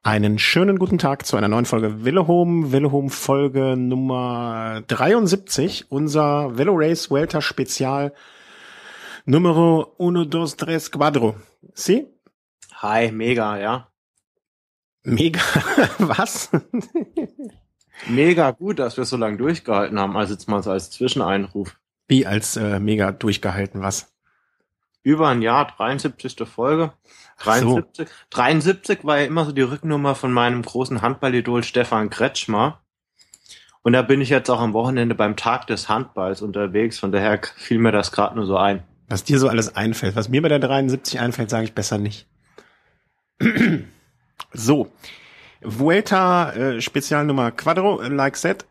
Einen schönen guten Tag zu einer neuen Folge Vellohome Folge Nummer 73, unser Velo Race Vuelta Spezial Numero 1, 2, 3, Cuatro. Sie? Hi, mega, ja. Mega, was? Mega gut, dass wir so lange durchgehalten haben, also jetzt mal so als Zwischeneinruf. Wie als mega durchgehalten, was? Über ein Jahr, 73. Folge. 73. So. 73 war ja immer so die Rücknummer von meinem großen Handballidol Stefan Kretschmer. Und da bin ich jetzt auch am Wochenende beim Tag des Handballs unterwegs, von daher fiel mir das gerade nur so ein. Was dir so alles einfällt. Was mir bei der 73 einfällt, sage ich besser nicht. So, Vuelta Spezialnummer Cuatro, like said.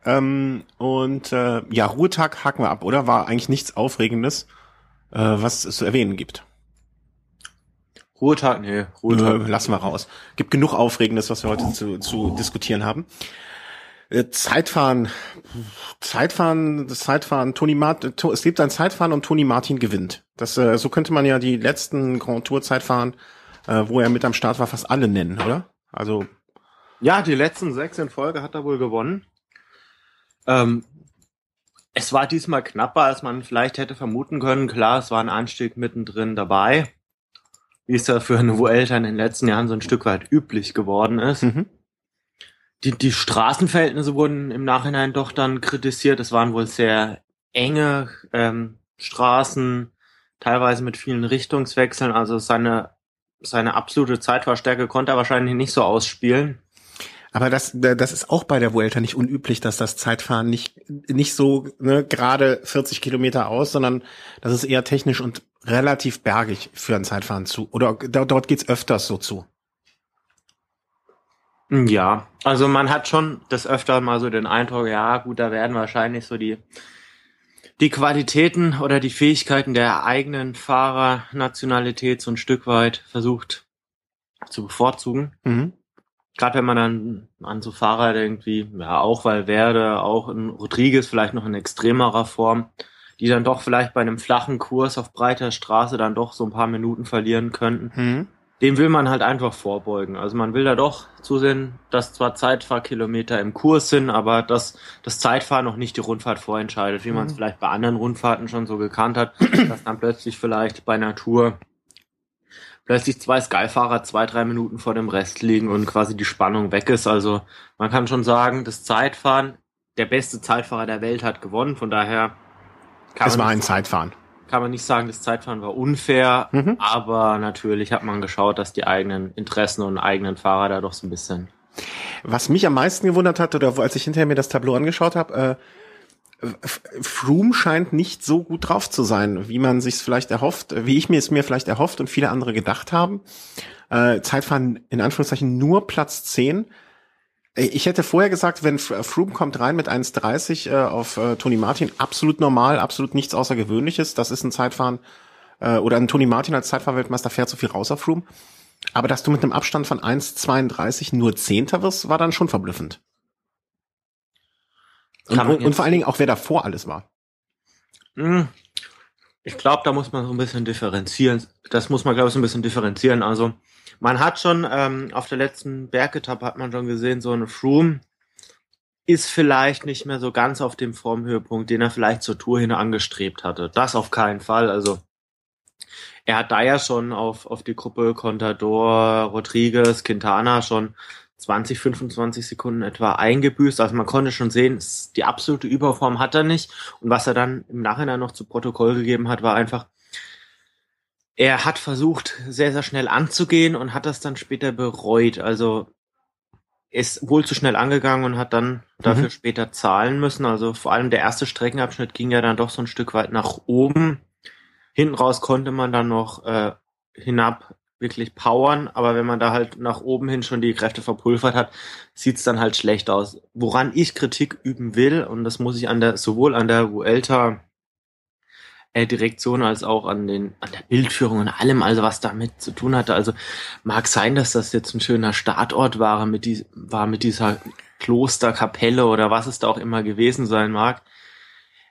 Ruhetag haken wir ab, oder? War eigentlich nichts Aufregendes, was es zu erwähnen gibt. Ruhetag. Lassen wir raus. Gibt genug Aufregendes, was wir heute zu diskutieren haben. Zeitfahren, es gibt ein Zeitfahren und Toni Martin gewinnt. Das, so könnte man ja die letzten Grand Tour Zeitfahren, wo er mit am Start war, fast alle nennen, oder? Also. Ja, die letzten 6 in Folge hat er wohl gewonnen. Es war diesmal knapper, als man vielleicht hätte vermuten können. Klar, es war ein Anstieg mittendrin dabei, wie es ja für eine Vuelta in den letzten Jahren so ein Stück weit üblich geworden ist. Mhm. Die Straßenverhältnisse wurden im Nachhinein doch dann kritisiert. Es waren wohl sehr enge Straßen, teilweise mit vielen Richtungswechseln. Also seine absolute Zeitfahrstärke konnte er wahrscheinlich nicht so ausspielen. Aber das ist auch bei der Vuelta nicht unüblich, dass das Zeitfahren nicht so gerade 40 Kilometer aus, sondern das ist eher technisch und relativ bergig für ein Zeitfahren zu. Oder dort geht's öfters so zu. Ja, also man hat schon des Öfteren mal so den Eindruck, ja gut, da werden wahrscheinlich so die Qualitäten oder die Fähigkeiten der eigenen Fahrernationalität so ein Stück weit versucht zu bevorzugen. Mhm. Gerade wenn man dann an so Fahrer irgendwie, ja auch Valverde, auch in Rodriguez vielleicht noch in extremerer Form, die dann doch vielleicht bei einem flachen Kurs auf breiter Straße dann doch so ein paar Minuten verlieren könnten. Mhm. Dem will man halt einfach vorbeugen. Also man will da doch zusehen, dass zwar Zeitfahrkilometer im Kurs sind, aber dass das Zeitfahren noch nicht die Rundfahrt vorentscheidet, wie man es vielleicht bei anderen Rundfahrten schon so gekannt hat, dass dann plötzlich vielleicht bei einer Tour plötzlich 2 Sky-Fahrer 2-3 Minuten vor dem Rest liegen und quasi die Spannung weg ist. Also man kann schon sagen, das Zeitfahren, der beste Zeitfahrer der Welt hat gewonnen. Von daher es war ein Zeitfahren. Kann man nicht sagen, das Zeitfahren war unfair, aber natürlich hat man geschaut, dass die eigenen Interessen und eigenen Fahrer da doch so ein bisschen. Was mich am meisten gewundert hat, oder als ich hinterher mir das Tableau angeschaut habe, Froome scheint nicht so gut drauf zu sein, wie man sich's vielleicht erhofft, wie ich mir vielleicht erhofft und viele andere gedacht haben. Zeitfahren in Anführungszeichen nur Platz 10. Ich hätte vorher gesagt, wenn Froome kommt rein mit 1,30 auf Toni Martin, absolut normal, absolut nichts Außergewöhnliches. Das ist ein Zeitfahren, oder ein Toni Martin als Zeitfahrweltmeister fährt so viel raus auf Froome. Aber dass du mit einem Abstand von 1,32 nur Zehnter wirst, war dann schon verblüffend. Und vor allen Dingen auch, wer davor alles war. Ich glaube, da muss man so ein bisschen differenzieren. Das muss man, glaube ich, so ein bisschen differenzieren. Also man hat schon auf der letzten Bergetappe hat man schon gesehen, so ein Froome ist vielleicht nicht mehr so ganz auf dem Formhöhepunkt, den er vielleicht zur Tour hin angestrebt hatte. Das auf keinen Fall. Also er hat da ja schon auf die Gruppe Contador, Rodriguez, Quintana schon 20, 25 Sekunden etwa eingebüßt. Also man konnte schon sehen, die absolute Überform hat er nicht. Und was er dann im Nachhinein noch zu Protokoll gegeben hat, war einfach, er hat versucht, sehr, sehr schnell anzugehen und hat das dann später bereut. Also ist wohl zu schnell angegangen und hat dann dafür später zahlen müssen. Also vor allem der erste Streckenabschnitt ging ja dann doch so ein Stück weit nach oben. Hinten raus konnte man dann noch hinab wirklich powern, aber wenn man da halt nach oben hin schon die Kräfte verpulvert hat, sieht's dann halt schlecht aus. Woran ich Kritik üben will, und das muss ich sowohl an der Vuelta Direktion als auch an der Bildführung und allem, also was damit zu tun hatte. Also mag sein, dass das jetzt ein schöner Startort war mit dieser Klosterkapelle oder was es da auch immer gewesen sein mag.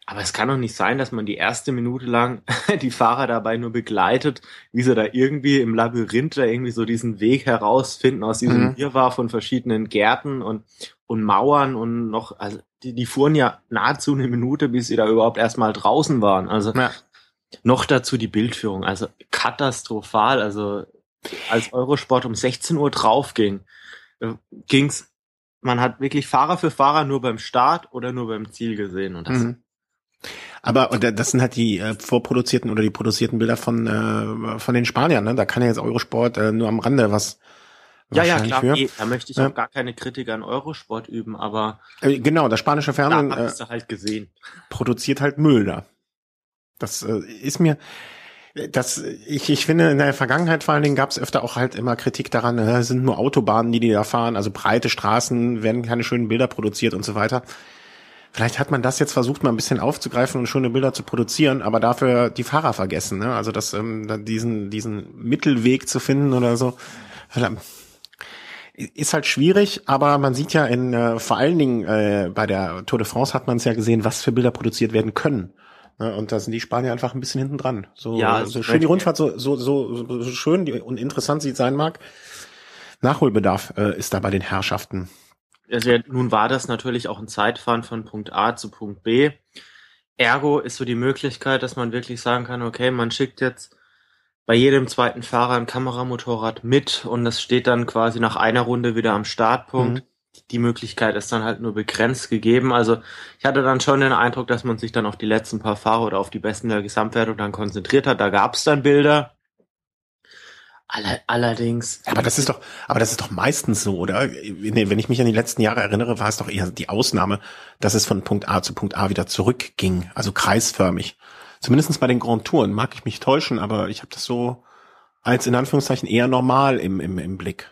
Aber es kann doch nicht sein, dass man die erste Minute lang die Fahrer dabei nur begleitet, wie sie da irgendwie im Labyrinth da irgendwie so diesen Weg herausfinden aus diesem Wirrwarr von verschiedenen Gärten und Mauern und noch, also die fuhren ja nahezu eine Minute, bis sie da überhaupt erstmal draußen waren. Also noch dazu die Bildführung, also katastrophal. Also als Eurosport um 16 Uhr drauf ging's, man hat wirklich Fahrer für Fahrer nur beim Start oder nur beim Ziel gesehen und das. Aber und das sind halt die vorproduzierten oder die produzierten Bilder von den Spaniern, ne? Da kann ja jetzt Eurosport nur am Rande was Ja, klar, da möchte ich auch gar keine Kritik an Eurosport üben, aber genau, das spanische Fernsehen da hast du halt gesehen. Produziert halt Müll da. Das ist mir ich finde, in der Vergangenheit vor allen Dingen gab es öfter auch halt immer Kritik daran, es sind nur Autobahnen, die da fahren, also breite Straßen, werden keine schönen Bilder produziert und so weiter. Vielleicht hat man das jetzt versucht, mal ein bisschen aufzugreifen und schöne Bilder zu produzieren, aber dafür die Fahrer vergessen, ne? Also diesen Mittelweg zu finden oder so. Ist halt schwierig, aber man sieht ja vor allen Dingen bei der Tour de France hat man es ja gesehen, was für Bilder produziert werden können. Und da sind die Spanier einfach ein bisschen hinten dran. So schön die Rundfahrt, so schön und interessant sie sein mag. Nachholbedarf ist da bei den Herrschaften. Also nun war das natürlich auch ein Zeitfahren von Punkt A zu Punkt B. Ergo ist so die Möglichkeit, dass man wirklich sagen kann, okay, man schickt jetzt bei jedem zweiten Fahrer ein Kameramotorrad mit und das steht dann quasi nach einer Runde wieder am Startpunkt. Die Möglichkeit ist dann halt nur begrenzt gegeben. Also ich hatte dann schon den Eindruck, dass man sich dann auf die letzten paar Fahrer oder auf die Besten der Gesamtwertung dann konzentriert hat. Da gab es dann Bilder. Allerdings. Aber das ist doch meistens so, oder? Wenn ich mich an die letzten Jahre erinnere, war es doch eher die Ausnahme, dass es von Punkt A zu Punkt A wieder zurückging, also kreisförmig. Zumindest bei den Grand Touren mag ich mich täuschen, aber ich habe das so als in Anführungszeichen eher normal im Blick.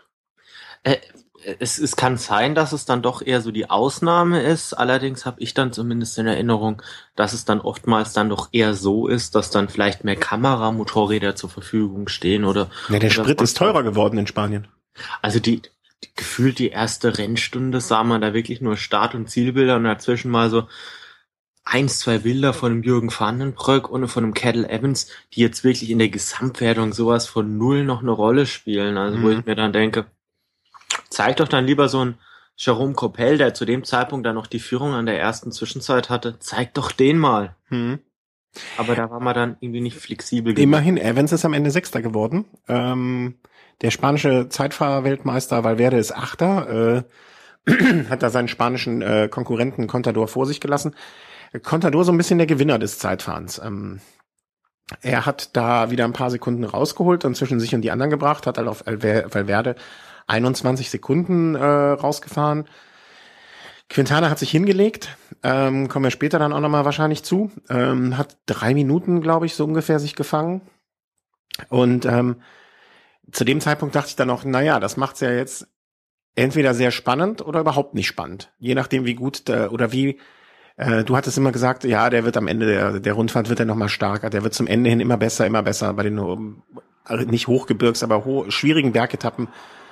Es kann sein, dass es dann doch eher so die Ausnahme ist. Allerdings habe ich dann zumindest in Erinnerung, dass es dann oftmals dann doch eher so ist, dass dann vielleicht mehr Kameramotorräder zur Verfügung stehen oder. Ja, der Sprit ist teurer geworden in Spanien. Also gefühlt die erste Rennstunde sah man da wirklich nur Start- und Zielbilder und dazwischen mal so 1-2 Bilder von dem Jürgen van den Broek und von dem Cadel Evans, die jetzt wirklich in der Gesamtwertung sowas von null noch eine Rolle spielen. Also wo ich mir dann denke, zeig doch dann lieber so ein Jérôme Coppel, der zu dem Zeitpunkt dann noch die Führung an der ersten Zwischenzeit hatte. Zeig doch den mal. Aber da war man dann irgendwie nicht flexibel genug. Immerhin, Evans ist am Ende Sechster geworden. Der spanische Zeitfahrer-Weltmeister Valverde ist Achter. Hat da seinen spanischen Konkurrenten Contador vor sich gelassen. Contador so ein bisschen der Gewinner des Zeitfahrens. Er hat da wieder ein paar Sekunden rausgeholt und zwischen sich und die anderen gebracht, hat halt auf Valverde 21 Sekunden rausgefahren. Quintana hat sich hingelegt, kommen wir später dann auch nochmal wahrscheinlich zu, hat 3 Minuten, glaube ich, so ungefähr sich gefangen. Und zu dem Zeitpunkt dachte ich dann noch, naja, das macht's ja jetzt entweder sehr spannend oder überhaupt nicht spannend. Je nachdem, wie gut oder wie du hattest immer gesagt, ja, der wird am Ende der Rundfahrt wird er nochmal starker, der wird zum Ende hin immer besser bei den nicht Hochgebirgs, aber schwierigen Bergetappen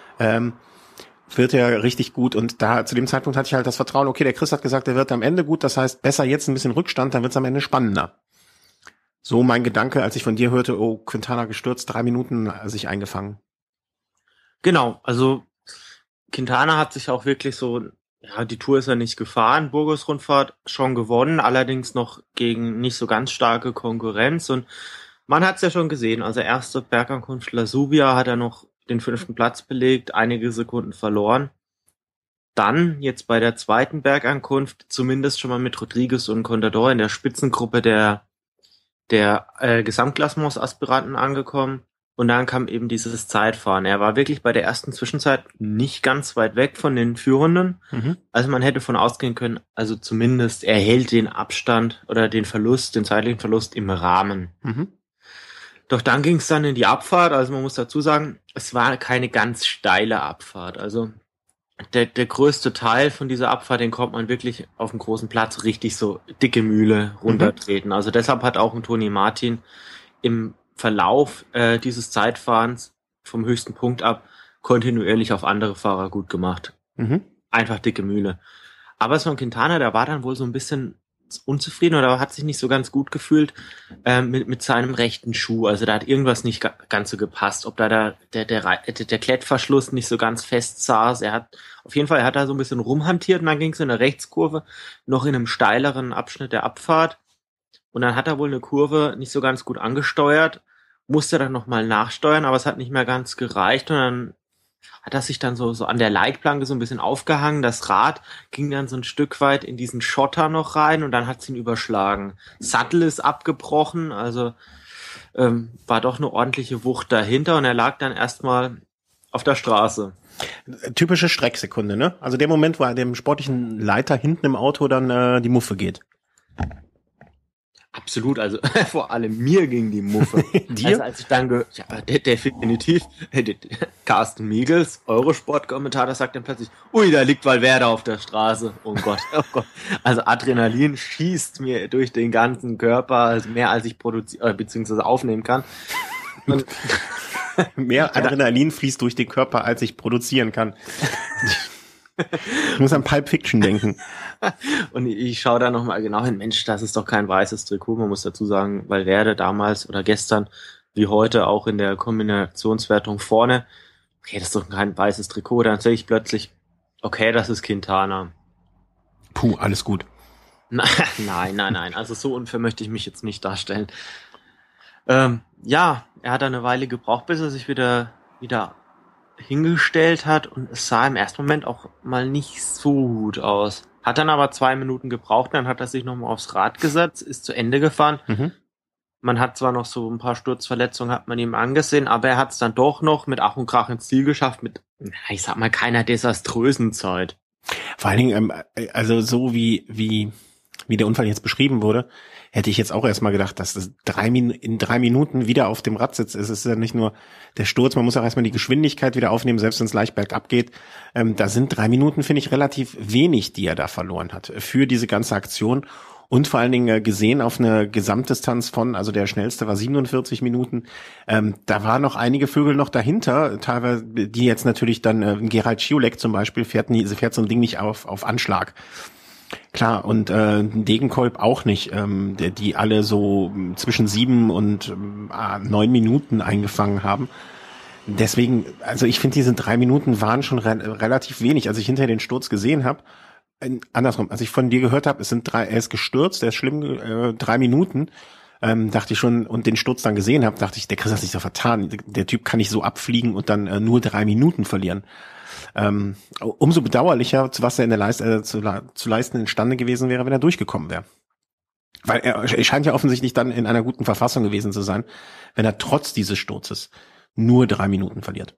wird er richtig gut und da zu dem Zeitpunkt hatte ich halt das Vertrauen, okay, der Chris hat gesagt, der wird am Ende gut, das heißt, besser jetzt ein bisschen Rückstand, dann wird es am Ende spannender. So mein Gedanke, als ich von dir hörte, oh, Quintana gestürzt, 3 Minuten sich eingefangen. Genau, also Quintana hat sich auch wirklich so, ja, die Tour ist ja nicht gefahren, Burgos-Rundfahrt schon gewonnen, allerdings noch gegen nicht so ganz starke Konkurrenz und man hat es ja schon gesehen, also erste Bergankunft La Subia hat er noch den 5. Platz belegt, einige Sekunden verloren. Dann, jetzt bei der zweiten Bergankunft, zumindest schon mal mit Rodriguez und Contador in der Spitzengruppe der Gesamtklassements-Aspiranten angekommen. Und dann kam eben dieses Zeitfahren. Er war wirklich bei der ersten Zwischenzeit nicht ganz weit weg von den Führenden. Also man hätte von ausgehen können, also zumindest er hält den Abstand oder den zeitlichen Verlust im Rahmen. Doch dann ging es dann in die Abfahrt, also man muss dazu sagen, es war keine ganz steile Abfahrt. Also der größte Teil von dieser Abfahrt, den kommt man wirklich auf dem großen Platz richtig so dicke Mühle runtertreten. Also deshalb hat auch ein Toni Martin im Verlauf dieses Zeitfahrens vom höchsten Punkt ab kontinuierlich auf andere Fahrer gut gemacht. Einfach dicke Mühle. Aber so ein Quintana, der war dann wohl so ein bisschen unzufrieden oder hat sich nicht so ganz gut gefühlt mit seinem rechten Schuh. Also da hat irgendwas nicht ganz so gepasst, ob da der Klettverschluss nicht so ganz fest saß. Auf jeden Fall hat er so ein bisschen rumhantiert und dann ging es in eine Rechtskurve noch in einem steileren Abschnitt der Abfahrt und dann hat er wohl eine Kurve nicht so ganz gut angesteuert, musste dann nochmal nachsteuern, aber es hat nicht mehr ganz gereicht und dann hat er sich dann so an der Leitplanke so ein bisschen aufgehangen. Das Rad ging dann so ein Stück weit in diesen Schotter noch rein und dann hat es ihn überschlagen. Sattel ist abgebrochen, also war doch eine ordentliche Wucht dahinter und er lag dann erstmal auf der Straße. Typische Strecksekunde, ne? Also der Moment, wo dem sportlichen Leiter hinten im Auto dann die Muffe geht. Absolut, also vor allem mir ging die Muffe. Dir? Also als ich dann definitiv, Carsten Miegels, Eurosport-Kommentator, sagt dann plötzlich, ui, da liegt Valverde auf der Straße. Oh Gott, oh Gott. Also Adrenalin schießt mir durch den ganzen Körper, also mehr als ich produzieren bzw. aufnehmen kann. Und mehr Adrenalin fließt durch den Körper, als ich produzieren kann. Ich muss an Pulp Fiction denken. Und ich schaue da nochmal genau hin, Mensch, das ist doch kein weißes Trikot. Man muss dazu sagen, Valverde damals oder gestern, wie heute auch in der Kombinationswertung vorne, okay, das ist doch kein weißes Trikot. Dann sehe ich plötzlich, okay, das ist Quintana. Puh, alles gut. Nein. Also so unfair möchte ich mich jetzt nicht darstellen. Ja, er hat eine Weile gebraucht, bis er sich wieder hingestellt hat und es sah im ersten Moment auch mal nicht so gut aus. Hat dann aber 2 Minuten gebraucht, dann hat er sich nochmal aufs Rad gesetzt, ist zu Ende gefahren. Mhm. Man hat zwar noch so ein paar Sturzverletzungen, hat man ihm angesehen, aber er hat es dann doch noch mit Ach und Krach ins Ziel geschafft, mit, ich sag mal, keiner desaströsen Zeit. Vor allen Dingen, also so wie der Unfall jetzt beschrieben wurde, hätte ich jetzt auch erstmal gedacht, dass das in 3 Minuten wieder auf dem Rad sitzt. Es ist ja nicht nur der Sturz, man muss auch erstmal die Geschwindigkeit wieder aufnehmen, selbst wenn es leicht bergab geht. Da sind 3 Minuten, finde ich, relativ wenig, die er da verloren hat für diese ganze Aktion. Und vor allen Dingen gesehen auf eine Gesamtdistanz von, also der schnellste war 47 Minuten. Da waren noch einige Vögel noch dahinter, teilweise, die jetzt natürlich dann, Gerald Schiolek zum Beispiel, fährt so ein Ding nicht auf Anschlag. Klar, und Degenkolb auch nicht, die alle so zwischen 7 und 9 Minuten eingefangen haben. Deswegen, also ich finde, diese 3 Minuten waren schon relativ wenig. Als ich hinterher den Sturz gesehen habe, andersrum, als ich von dir gehört habe, er ist gestürzt, er ist schlimm, 3 Minuten, dachte ich schon, und den Sturz dann gesehen habe, dachte ich, der Chris hat sich so vertan. Der Typ kann nicht so abfliegen und dann nur 3 Minuten verlieren. Umso bedauerlicher, was er in der zu leisten imstande gewesen wäre, wenn er durchgekommen wäre. Weil er scheint ja offensichtlich dann in einer guten Verfassung gewesen zu sein, wenn er trotz dieses Sturzes nur 3 Minuten verliert.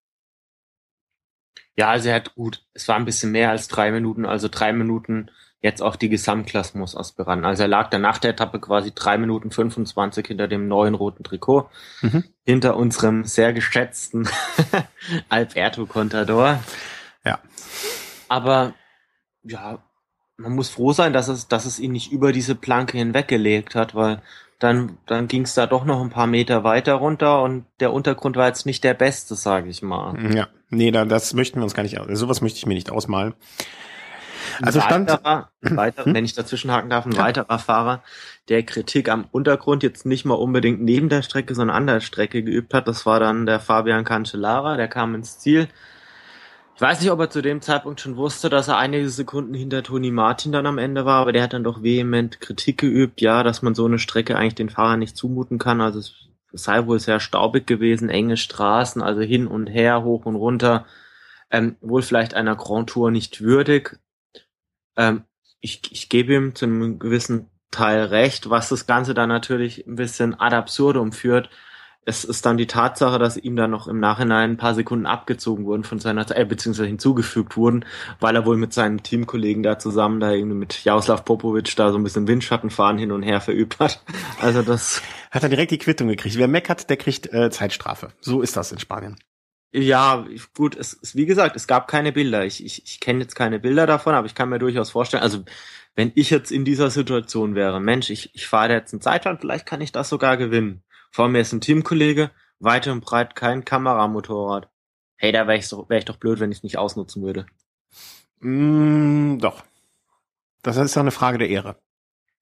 Ja, also es war ein bisschen mehr als 3 Minuten, also 3 Minuten jetzt auch die Gesamtklassemensaspiranten. Also er lag dann nach der Etappe quasi 3 Minuten 25 hinter dem neuen roten Trikot, hinter unserem sehr geschätzten Alberto Contador. Ja. Aber ja, man muss froh sein, dass es ihn nicht über diese Planke hinweggelegt hat, weil dann ging es da doch noch ein paar Meter weiter runter und der Untergrund war jetzt nicht der beste, sage ich mal. Ja, nee, das möchten wir uns gar nicht, sowas möchte ich mir nicht ausmalen. Also wenn ich dazwischenhaken darf, ein weiterer Fahrer, der Kritik am Untergrund jetzt nicht mal unbedingt neben der Strecke, sondern an der Strecke geübt hat, das war dann der Fabian Cancellara, der kam ins Ziel. Ich weiß nicht, ob er zu dem Zeitpunkt schon wusste, dass er einige Sekunden hinter Toni Martin dann am Ende war, aber der hat dann doch vehement Kritik geübt, ja, dass man so eine Strecke eigentlich den Fahrern nicht zumuten kann. Also es sei wohl sehr staubig gewesen, enge Straßen, also hin und her, hoch und runter, wohl vielleicht einer Grand Tour nicht würdig. Ich gebe ihm zu einem gewissen Teil recht, was das Ganze dann natürlich ein bisschen ad absurdum führt. Es ist dann die Tatsache, dass ihm dann noch im Nachhinein ein paar Sekunden abgezogen wurden von seiner Zeit, beziehungsweise hinzugefügt wurden, weil er wohl mit seinen Teamkollegen da zusammen da irgendwie mit Jaroslav Popovic da so ein bisschen Windschattenfahren hin und her verübt hat. Also das hat er direkt die Quittung gekriegt. Wer meckert, der kriegt Zeitstrafe. So ist das in Spanien. Ja, gut, wie gesagt, es gab keine Bilder. Ich kenne jetzt keine Bilder davon, aber ich kann mir durchaus vorstellen, also wenn ich jetzt in dieser Situation wäre, Mensch, ich fahre jetzt in Zeitland, vielleicht kann ich das sogar gewinnen. Vor mir ist ein Teamkollege, weit und breit kein Kameramotorrad. Hey, da wäre ich doch blöd, wenn ich es nicht ausnutzen würde. Doch. Das ist doch eine Frage der Ehre.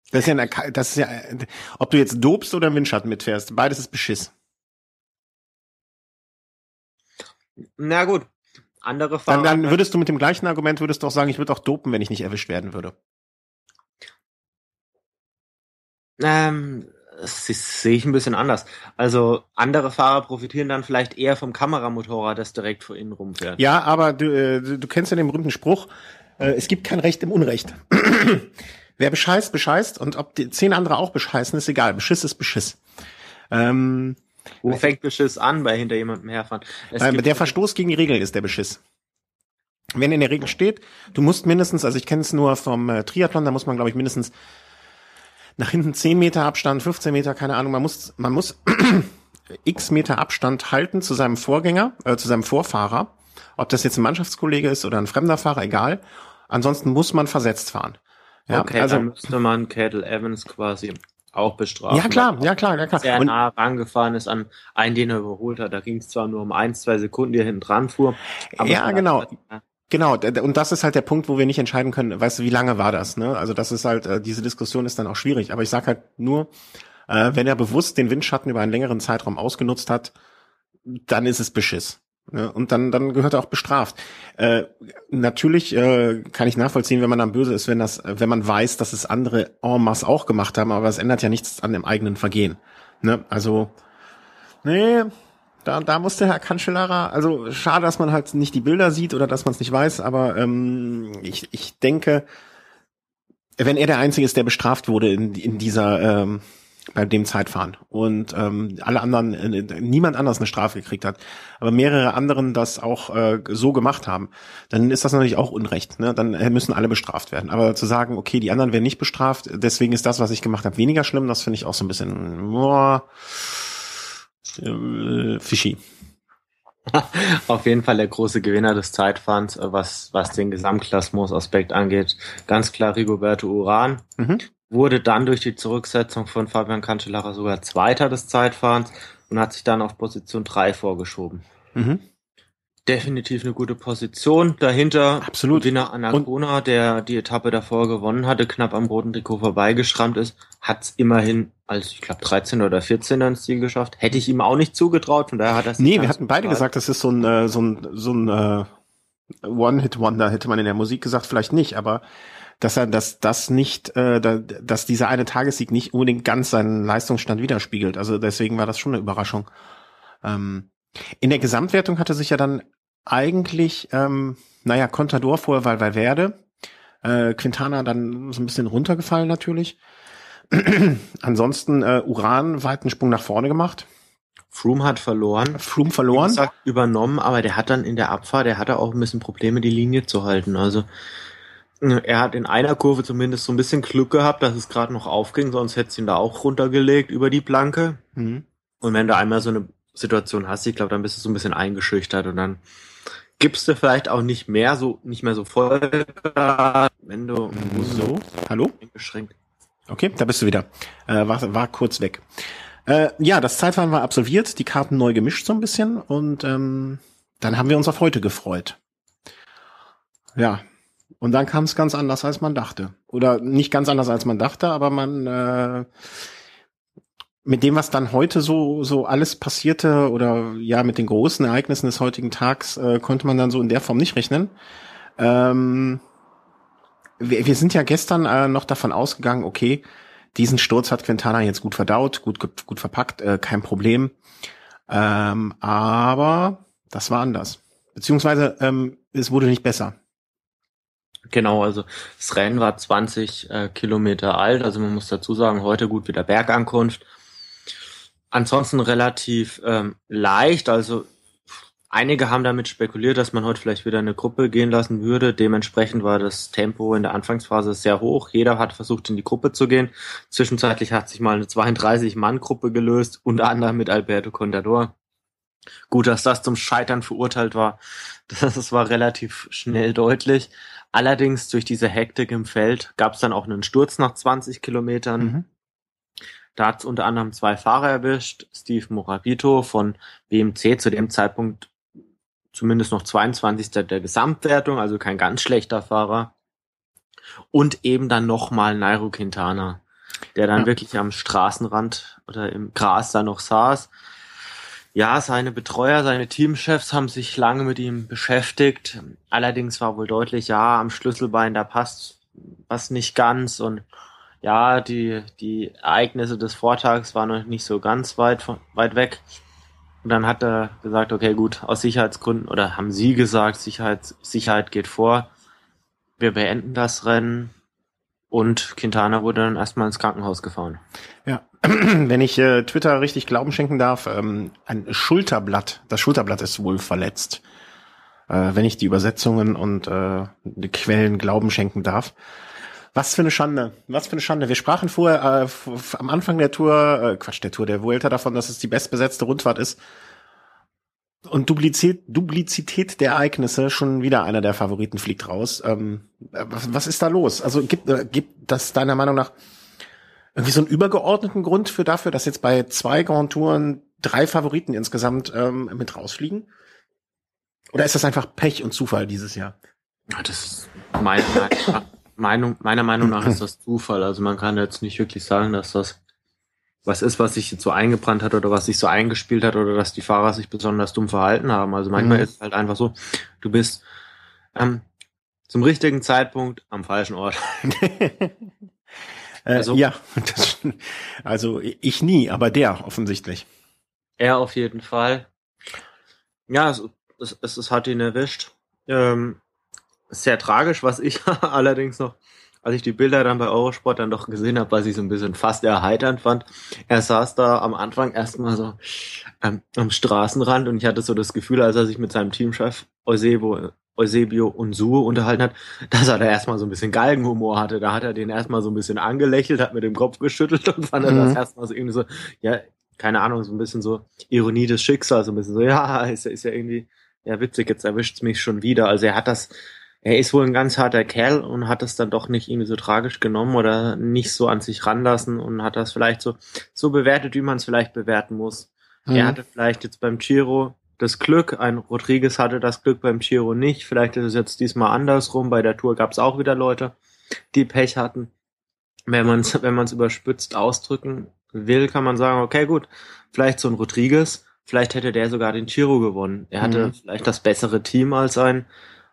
ob du jetzt dobst oder im Windschatten mitfährst, beides ist Beschiss. Na gut, andere Fahrer... Dann würdest du mit dem gleichen Argument, würdest du auch sagen, ich würde auch dopen, wenn ich nicht erwischt werden würde. Das sehe ich ein bisschen anders. Also andere Fahrer profitieren dann vielleicht eher vom Kameramotorrad, das direkt vor ihnen rumfährt. Ja, aber du kennst ja den berühmten Spruch, es gibt kein Recht im Unrecht. Wer bescheißt, bescheißt, und ob die 10 andere auch bescheißen, ist egal. Beschiss ist Beschiss. Wo fängt Beschiss an bei hinter jemandem herfahren? Der Verstoß gegen die Regel ist der Beschiss. Wenn in der Regel steht, du musst mindestens, also ich kenne es nur vom Triathlon, da muss man, glaube ich, mindestens nach hinten 10 Meter Abstand, 15 Meter, keine Ahnung, man muss x Meter Abstand halten zu seinem Vorgänger, zu seinem Vorfahrer. Ob das jetzt ein Mannschaftskollege ist oder ein fremder Fahrer, egal. Ansonsten muss man versetzt fahren. Ja, okay, also dann müsste man Cadel Evans quasi auch bestrafen. Ja klar. Sehr nah rangefahren ist an einen, den er überholt hat. Da ging es zwar nur um 1-2 Sekunden, die er hinten dran fuhr. Aber ja, genau. Genau, und das ist halt der Punkt, wo wir nicht entscheiden können, weißt du, wie lange war das, ne? Also das ist halt, diese Diskussion ist dann auch schwierig. Aber ich sag halt nur, wenn er bewusst den Windschatten über einen längeren Zeitraum ausgenutzt hat, dann ist es Beschiss. Ne? Und dann gehört er auch bestraft. Natürlich kann ich nachvollziehen, wenn man dann böse ist, wenn man weiß, dass es andere en masse auch gemacht haben, aber es ändert ja nichts an dem eigenen Vergehen. Ne? Also, nee, da muss der Herr Cancellara, also schade, dass man halt nicht die Bilder sieht oder dass man es nicht weiß, aber ich denke, wenn er der Einzige ist, der bestraft wurde in dieser bei dem Zeitfahren und alle anderen, niemand anders eine Strafe gekriegt hat, aber mehrere anderen das auch so gemacht haben, dann ist das natürlich auch Unrecht. Ne? Dann müssen alle bestraft werden. Aber zu sagen, okay, die anderen werden nicht bestraft, deswegen ist das, was ich gemacht habe, weniger schlimm, das finde ich auch so ein bisschen fishy. Auf jeden Fall der große Gewinner des Zeitfahrens, was den Gesamtklassement-Aspekt angeht. Ganz klar Rigoberto Urán. Wurde dann durch die Zurücksetzung von Fabian Cancellara sogar Zweiter des Zeitfahrens und hat sich dann auf Position 3 vorgeschoben. Definitiv eine gute Position. Dahinter absolut Gewinner Anacona, der die Etappe davor gewonnen hatte, knapp am roten Trikot vorbeigeschrammt ist, hat es immerhin als, ich glaube, 13. oder 14. ins Ziel geschafft. Hätte ich ihm auch nicht zugetraut, von daher hat er es Nee, wir hatten beide gesagt, das ist so ein One-Hit-Wonder, hätte man in der Musik gesagt, vielleicht nicht, aber dass dieser eine Tagessieg nicht unbedingt ganz seinen Leistungsstand widerspiegelt. Also deswegen war das schon eine Überraschung. In der Gesamtwertung hatte sich ja dann eigentlich, Contador vor Valverde, Quintana dann so ein bisschen runtergefallen natürlich. Ansonsten Urán weit einen Sprung nach vorne gemacht. Froome hat verloren. Wie gesagt, übernommen, aber der hat dann in der Abfahrt, der hatte auch ein bisschen Probleme, die Linie zu halten. Also er hat in einer Kurve zumindest so ein bisschen Glück gehabt, dass es gerade noch aufging, sonst hätte es ihn da auch runtergelegt über die Planke. Und wenn du einmal so eine Situation hast, ich glaube, dann bist du so ein bisschen eingeschüchtert und dann gibst du vielleicht auch nicht mehr so voll, wenn du so, hallo? Eingeschränkt. Okay, da bist du wieder. War kurz weg. Das Zeitfahren war absolviert, die Karten neu gemischt so ein bisschen und dann haben wir uns auf heute gefreut. Ja, und dann kam es ganz anders, als man dachte. Oder nicht ganz anders, als man dachte, aber man mit dem, was dann heute so alles passierte oder ja mit den großen Ereignissen des heutigen Tags, konnte man dann so in der Form nicht rechnen. Wir sind ja gestern noch davon ausgegangen, okay, diesen Sturz hat Quintana jetzt gut verdaut, gut verpackt, kein Problem. Aber das war anders. Beziehungsweise es wurde nicht besser. Genau, also das Rennen war 20 Kilometer alt, also man muss dazu sagen, heute gut wieder Bergankunft. Ansonsten relativ leicht, also einige haben damit spekuliert, dass man heute vielleicht wieder eine Gruppe gehen lassen würde. Dementsprechend war das Tempo in der Anfangsphase sehr hoch. Jeder hat versucht, in die Gruppe zu gehen. Zwischenzeitlich hat sich mal eine 32-Mann-Gruppe gelöst, unter anderem mit Alberto Contador. Gut, dass das zum Scheitern verurteilt war. Das war relativ schnell deutlich. Allerdings durch diese Hektik im Feld gab es dann auch einen Sturz nach 20 Kilometern. Da hat es unter anderem 2 Fahrer erwischt. Steve Morabito von BMC, zu dem Zeitpunkt zumindest noch 22. der Gesamtwertung, also kein ganz schlechter Fahrer. Und eben dann nochmal Nairo Quintana. der dann wirklich am Straßenrand oder im Gras da noch saß. Ja, seine Betreuer, seine Teamchefs haben sich lange mit ihm beschäftigt. Allerdings war wohl deutlich, ja, am Schlüsselbein, da passt was nicht ganz. Und ja, die Ereignisse des Vortags waren noch nicht so ganz weit weg. Und dann hat er gesagt, okay, gut, aus Sicherheitsgründen, oder haben sie gesagt, Sicherheit geht vor. Wir beenden das Rennen. Und Quintana wurde dann erstmal ins Krankenhaus gefahren. Ja, wenn ich Twitter richtig Glauben schenken darf, ein Schulterblatt, das Schulterblatt ist wohl verletzt. Wenn ich die Übersetzungen und die Quellen Glauben schenken darf. Was für eine Schande, was für eine Schande. Wir sprachen vorher am Anfang der Tour, der Vuelta davon, dass es die bestbesetzte Rundfahrt ist. Und Duplizität der Ereignisse, schon wieder einer der Favoriten fliegt raus. Was ist da los? Also gibt das deiner Meinung nach irgendwie so einen übergeordneten Grund dafür, dass jetzt bei 2 Grand Touren 3 Favoriten insgesamt mit rausfliegen? Oder ist das einfach Pech und Zufall dieses Jahr? Ja, das ist meiner Meinung nach ist das Zufall. Also man kann jetzt nicht wirklich sagen, dass das was ist, was sich jetzt so eingebrannt hat oder was sich so eingespielt hat oder dass die Fahrer sich besonders dumm verhalten haben. Also manchmal ist es halt einfach so, du bist zum richtigen Zeitpunkt am falschen Ort. Ja, also ich nie, aber der offensichtlich. Er auf jeden Fall. Ja, es hat ihn erwischt. Sehr tragisch, was ich allerdings noch, als ich die Bilder dann bei Eurosport dann doch gesehen habe, was ich so ein bisschen fast erheiternd fand. Er saß da am Anfang erstmal so am Straßenrand und ich hatte so das Gefühl, als er sich mit seinem Teamchef Eusebio Unsuo unterhalten hat, dass er da erstmal so ein bisschen Galgenhumor hatte. Da hat er den erstmal so ein bisschen angelächelt, hat mit dem Kopf geschüttelt und fand er das erstmal so irgendwie so, ja, keine Ahnung, so ein bisschen so Ironie des Schicksals, so ein bisschen so, ja, ist ja irgendwie, ja, witzig, jetzt erwischt's mich schon wieder. Also er ist wohl ein ganz harter Kerl und hat das dann doch nicht irgendwie so tragisch genommen oder nicht so an sich ranlassen und hat das vielleicht so bewertet, wie man es vielleicht bewerten muss. Er hatte vielleicht jetzt beim Giro das Glück, ein Rodriguez hatte das Glück beim Giro nicht. Vielleicht ist es jetzt diesmal andersrum. Bei der Tour gab es auch wieder Leute, die Pech hatten. Wenn man es überspitzt ausdrücken will, kann man sagen, okay, gut, vielleicht so ein Rodriguez, vielleicht hätte der sogar den Giro gewonnen. Er hatte vielleicht das bessere Team als ein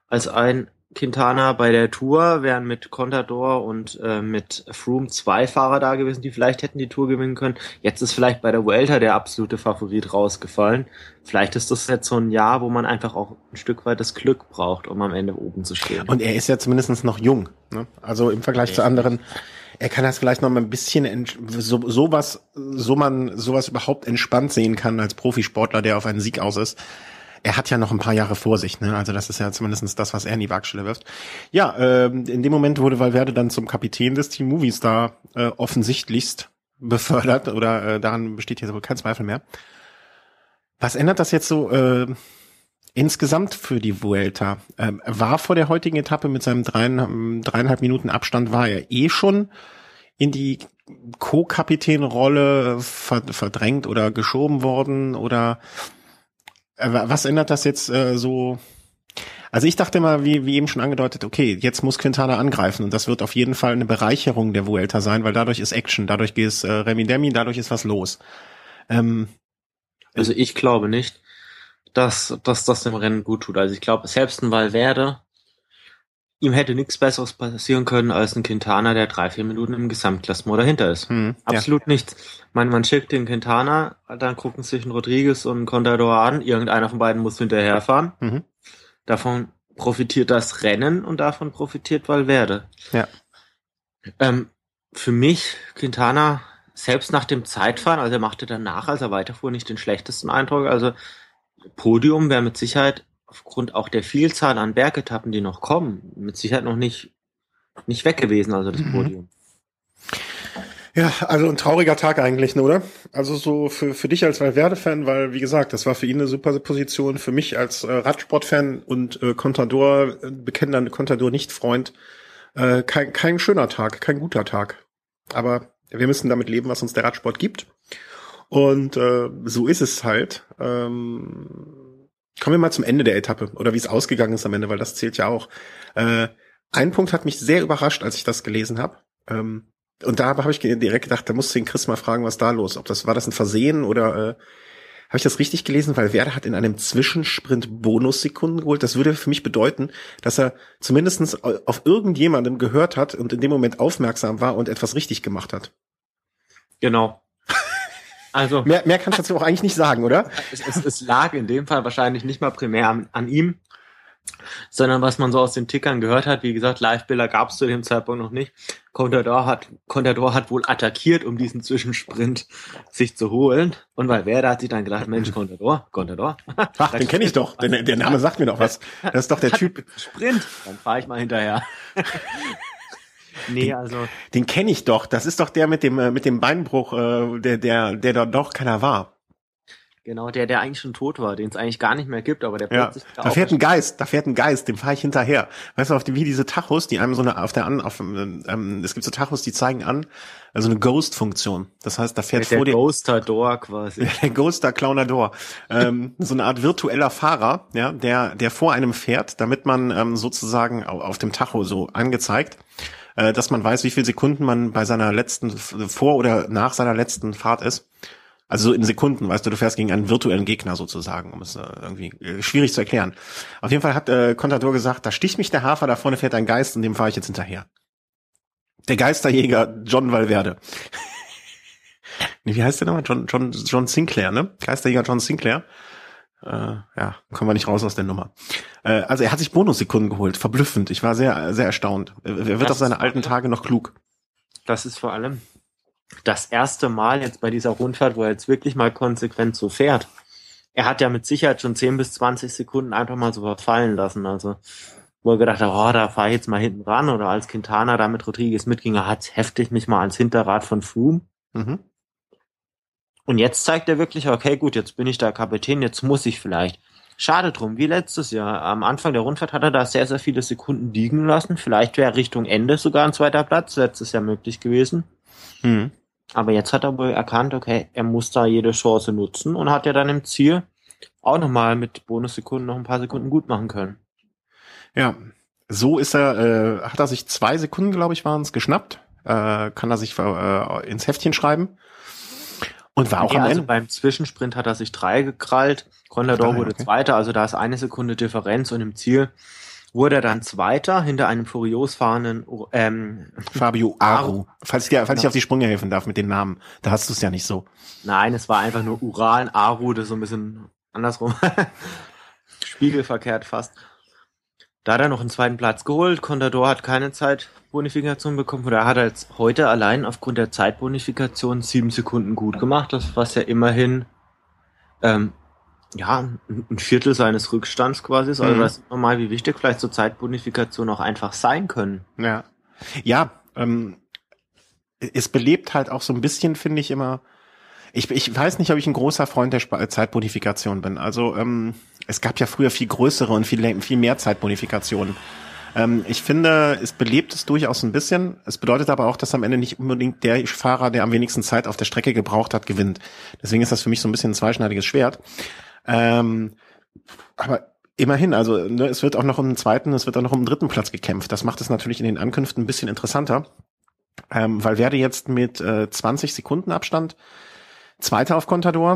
Quintana bei der Tour, wären mit Contador und mit Froome 2 Fahrer da gewesen, die vielleicht hätten die Tour gewinnen können. Jetzt ist vielleicht bei der Vuelta der absolute Favorit rausgefallen. Vielleicht ist das jetzt so ein Jahr, wo man einfach auch ein Stück weit das Glück braucht, um am Ende oben zu stehen. Und er ist ja zumindest noch jung, ne? Also im Vergleich zu anderen, er kann das vielleicht noch mal ein bisschen sowas überhaupt entspannt sehen kann als Profisportler, der auf einen Sieg aus ist. Er hat ja noch ein paar Jahre vor sich, ne? Also das ist ja zumindest das, was er in die Waagschale wirft. Ja, in dem Moment wurde Valverde dann zum Kapitän des Team Movistar offensichtlichst befördert oder daran besteht hier wohl kein Zweifel mehr. Was ändert das jetzt so insgesamt für die Vuelta? War vor der heutigen Etappe mit seinem 3,5 Minuten Abstand, war er schon in die Co-Kapitän-Rolle verdrängt oder geschoben worden oder was ändert das jetzt so? Also ich dachte mal, wie eben schon angedeutet, okay, jetzt muss Quintana angreifen und das wird auf jeden Fall eine Bereicherung der Vuelta sein, weil dadurch ist Action, dadurch ist Remi-Demi, dadurch ist was los. Also ich glaube nicht, dass das dem Rennen gut tut. Also ich glaube, selbst ein Valverde, ihm hätte nichts Besseres passieren können als ein Quintana, der 3-4 Minuten im Gesamtklassement dahinter ist. Absolut nichts. Man schickt den Quintana, dann gucken sich ein Rodriguez und ein Contador an. Irgendeiner von beiden muss hinterherfahren. Davon profitiert das Rennen und davon profitiert Valverde. Ja. Für mich, Quintana, selbst nach dem Zeitfahren, also er machte danach, als er weiterfuhr, nicht den schlechtesten Eindruck. Also Podium wäre mit Sicherheit aufgrund auch der Vielzahl an Bergetappen, die noch kommen, mit Sicherheit noch nicht weg gewesen, also das Podium. Ja, also ein trauriger Tag eigentlich, oder? Also so für dich als Valverde-Fan, weil, wie gesagt, das war für ihn eine super Position, für mich als Radsport-Fan und Contador, bekennender Contador-Nicht-Freund, kein schöner Tag, kein guter Tag. Aber wir müssen damit leben, was uns der Radsport gibt. Und so ist es halt. Kommen wir mal zum Ende der Etappe oder wie es ausgegangen ist am Ende, weil das zählt ja auch. Ein Punkt hat mich sehr überrascht, als ich das gelesen habe. Und da habe ich direkt gedacht, da musst du den Chris mal fragen, was da los? War das ein Versehen oder habe ich das richtig gelesen? Weil Werder hat in einem Zwischensprint Bonussekunden geholt. Das würde für mich bedeuten, dass er zumindestens auf irgendjemandem gehört hat und in dem Moment aufmerksam war und etwas richtig gemacht hat. Genau. Also mehr kannst du dazu auch eigentlich nicht sagen, oder? Es lag in dem Fall wahrscheinlich nicht mal primär an ihm, sondern was man so aus den Tickern gehört hat. Wie gesagt, Live-Bilder gab es zu dem Zeitpunkt noch nicht. Contador hat wohl attackiert, um diesen Zwischensprint sich zu holen. Und weil Werder hat sich dann gedacht, Mensch, Contador. Ach, den kenne ich doch. Der Name sagt mir doch was. Das ist doch der Typ. Sprint. Dann fahre ich mal hinterher. Nee, also. Den kenne ich doch. Das ist doch der mit dem Beinbruch, der doch keiner war. Genau, der eigentlich schon tot war, den es eigentlich gar nicht mehr gibt, aber der plötzlich da fährt ein Geist, dem fahre ich hinterher. Weißt du, wie diese Tachos, die einem so es gibt so Tachos, die zeigen an, also eine Ghost-Funktion. Das heißt, da fährt vor dir. Der Ghostador quasi. Der Ghoster-Clownador. So eine Art virtueller Fahrer, ja, der vor einem fährt, damit man sozusagen auf dem Tacho so angezeigt, dass man weiß, wie viele Sekunden man bei seiner vor oder nach seiner letzten Fahrt ist. Also so in Sekunden, weißt du fährst gegen einen virtuellen Gegner sozusagen, um es irgendwie schwierig zu erklären. Auf jeden Fall hat Contador gesagt, da sticht mich der Hafer, da vorne fährt ein Geist und dem fahre ich jetzt hinterher. Der Geisterjäger John Valverde. Nee, wie heißt der nochmal? John Sinclair, ne? Geisterjäger John Sinclair. Ja, kommen wir nicht raus aus der Nummer. Also er hat sich Bonussekunden geholt, verblüffend. Ich war sehr, sehr erstaunt. Er wird auf seine alten Tage noch klug. Das ist vor allem das erste Mal jetzt bei dieser Rundfahrt, wo er jetzt wirklich mal konsequent so fährt. Er hat ja mit Sicherheit schon 10 bis 20 Sekunden einfach mal so verfallen lassen. Also, wo er gedacht hat, da fahre ich jetzt mal hinten ran. Oder als Quintana da mit Rodriguez mitging, er hat heftig mich mal ans Hinterrad von Froome. Mhm. Und jetzt zeigt er wirklich, okay, gut, jetzt bin ich da Kapitän, jetzt muss ich vielleicht. Schade drum, wie letztes Jahr. Am Anfang der Rundfahrt hat er da sehr, sehr viele Sekunden liegen lassen. Vielleicht wäre Richtung Ende sogar ein zweiter Platz letztes Jahr möglich gewesen. Mhm. Aber jetzt hat er wohl erkannt, okay, er muss da jede Chance nutzen und hat ja dann im Ziel auch nochmal mit Bonussekunden noch ein paar Sekunden gut machen können. Ja, so hat er sich 2 Sekunden, glaube ich, waren es, geschnappt. Kann er sich ins Heftchen schreiben. Und war auch am Ende. Beim Zwischensprint hat er sich 3 gekrallt. Contador wurde Zweiter, also da ist 1 Sekunde Differenz und im Ziel wurde er dann Zweiter hinter einem furios fahrenden Fabio Aru. Falls ich auf die Sprünge helfen darf mit den Namen. Da hast du es ja nicht so. Nein, es war einfach nur Ural, Aru, das ist so ein bisschen andersrum. Spiegelverkehrt fast. Da hat er noch einen 2. Platz geholt. Contador hat keine Zeitbonifikation bekommen. Oder hat er jetzt heute allein aufgrund der Zeitbonifikation 7 Sekunden gut gemacht. Das was ja immerhin ein Viertel seines Rückstands quasi ist. Also das ist normal, wie wichtig vielleicht so Zeitbonifikation auch einfach sein können. Ja, es belebt halt auch so ein bisschen, finde ich immer. Ich weiß nicht, ob ich ein großer Freund der Zeitbonifikation bin. Also es gab ja früher viel größere und viel mehr Zeitbonifikationen. Ich finde, es belebt es durchaus ein bisschen. Es bedeutet aber auch, dass am Ende nicht unbedingt der Fahrer, der am wenigsten Zeit auf der Strecke gebraucht hat, gewinnt. Deswegen ist das für mich so ein bisschen ein zweischneidiges Schwert. Aber immerhin, also es wird auch noch um den 2., es wird auch noch um den 3. Platz gekämpft. Das macht es natürlich in den Ankünften ein bisschen interessanter, weil Werder jetzt mit 20 Sekunden Abstand Zweiter auf Contador.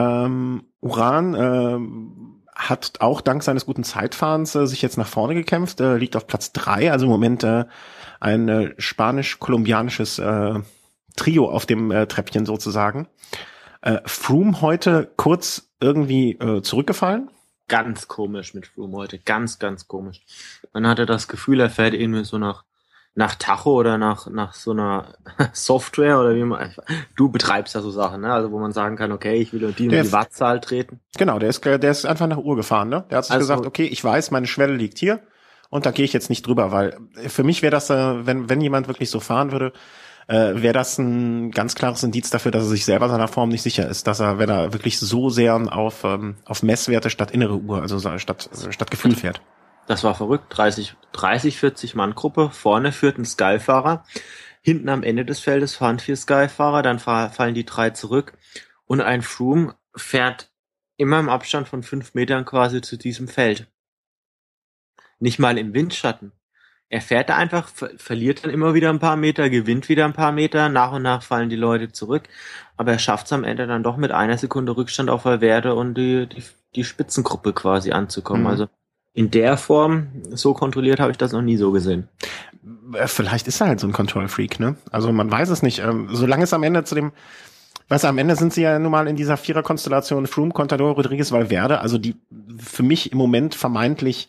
Uran hat auch dank seines guten Zeitfahrens sich jetzt nach vorne gekämpft, liegt auf Platz 3, also im Moment ein spanisch-kolumbianisches Trio auf dem Treppchen sozusagen. Froome heute kurz irgendwie zurückgefallen. Ganz komisch mit Froome heute, ganz, ganz komisch. Man hatte das Gefühl, er fährt irgendwie so nach Tacho oder nach so einer Software oder wie man, du betreibst ja so Sachen, ne? Also wo man sagen kann, okay, ich will die Wattzahl treten. Genau, der ist einfach nach Uhr gefahren, ne? Der hat sich gesagt, okay, ich weiß, meine Schwelle liegt hier und da gehe ich jetzt nicht drüber, weil für mich wäre das, wenn jemand wirklich so fahren würde, wäre das ein ganz klares Indiz dafür, dass er sich selber seiner Form nicht sicher ist, dass er, wenn er wirklich so sehr auf Messwerte statt innere Uhr, also statt Gefühl fährt. Das war verrückt. 40 Mann Gruppe. Vorne führt ein Sky-Fahrer. Hinten am Ende des Feldes fahren 4 Sky-Fahrer. Dann fallen die 3 zurück. Und ein Froome fährt immer im Abstand von 5 Metern quasi zu diesem Feld. Nicht mal im Windschatten. er fährt da einfach, verliert dann immer wieder ein paar Meter, gewinnt wieder ein paar Meter, nach und nach fallen die Leute zurück, aber er schafft es am Ende dann doch mit einer Sekunde Rückstand auf Valverde und die Spitzengruppe quasi anzukommen. Also in der Form, so kontrolliert habe ich das noch nie so gesehen. Vielleicht ist er halt so ein Control-Freak, ne? Also man weiß es nicht. Solange es am Ende am Ende sind sie ja nun mal in dieser Vierer-Konstellation Froome, Contador, Rodriguez, Valverde, also die für mich im Moment vermeintlich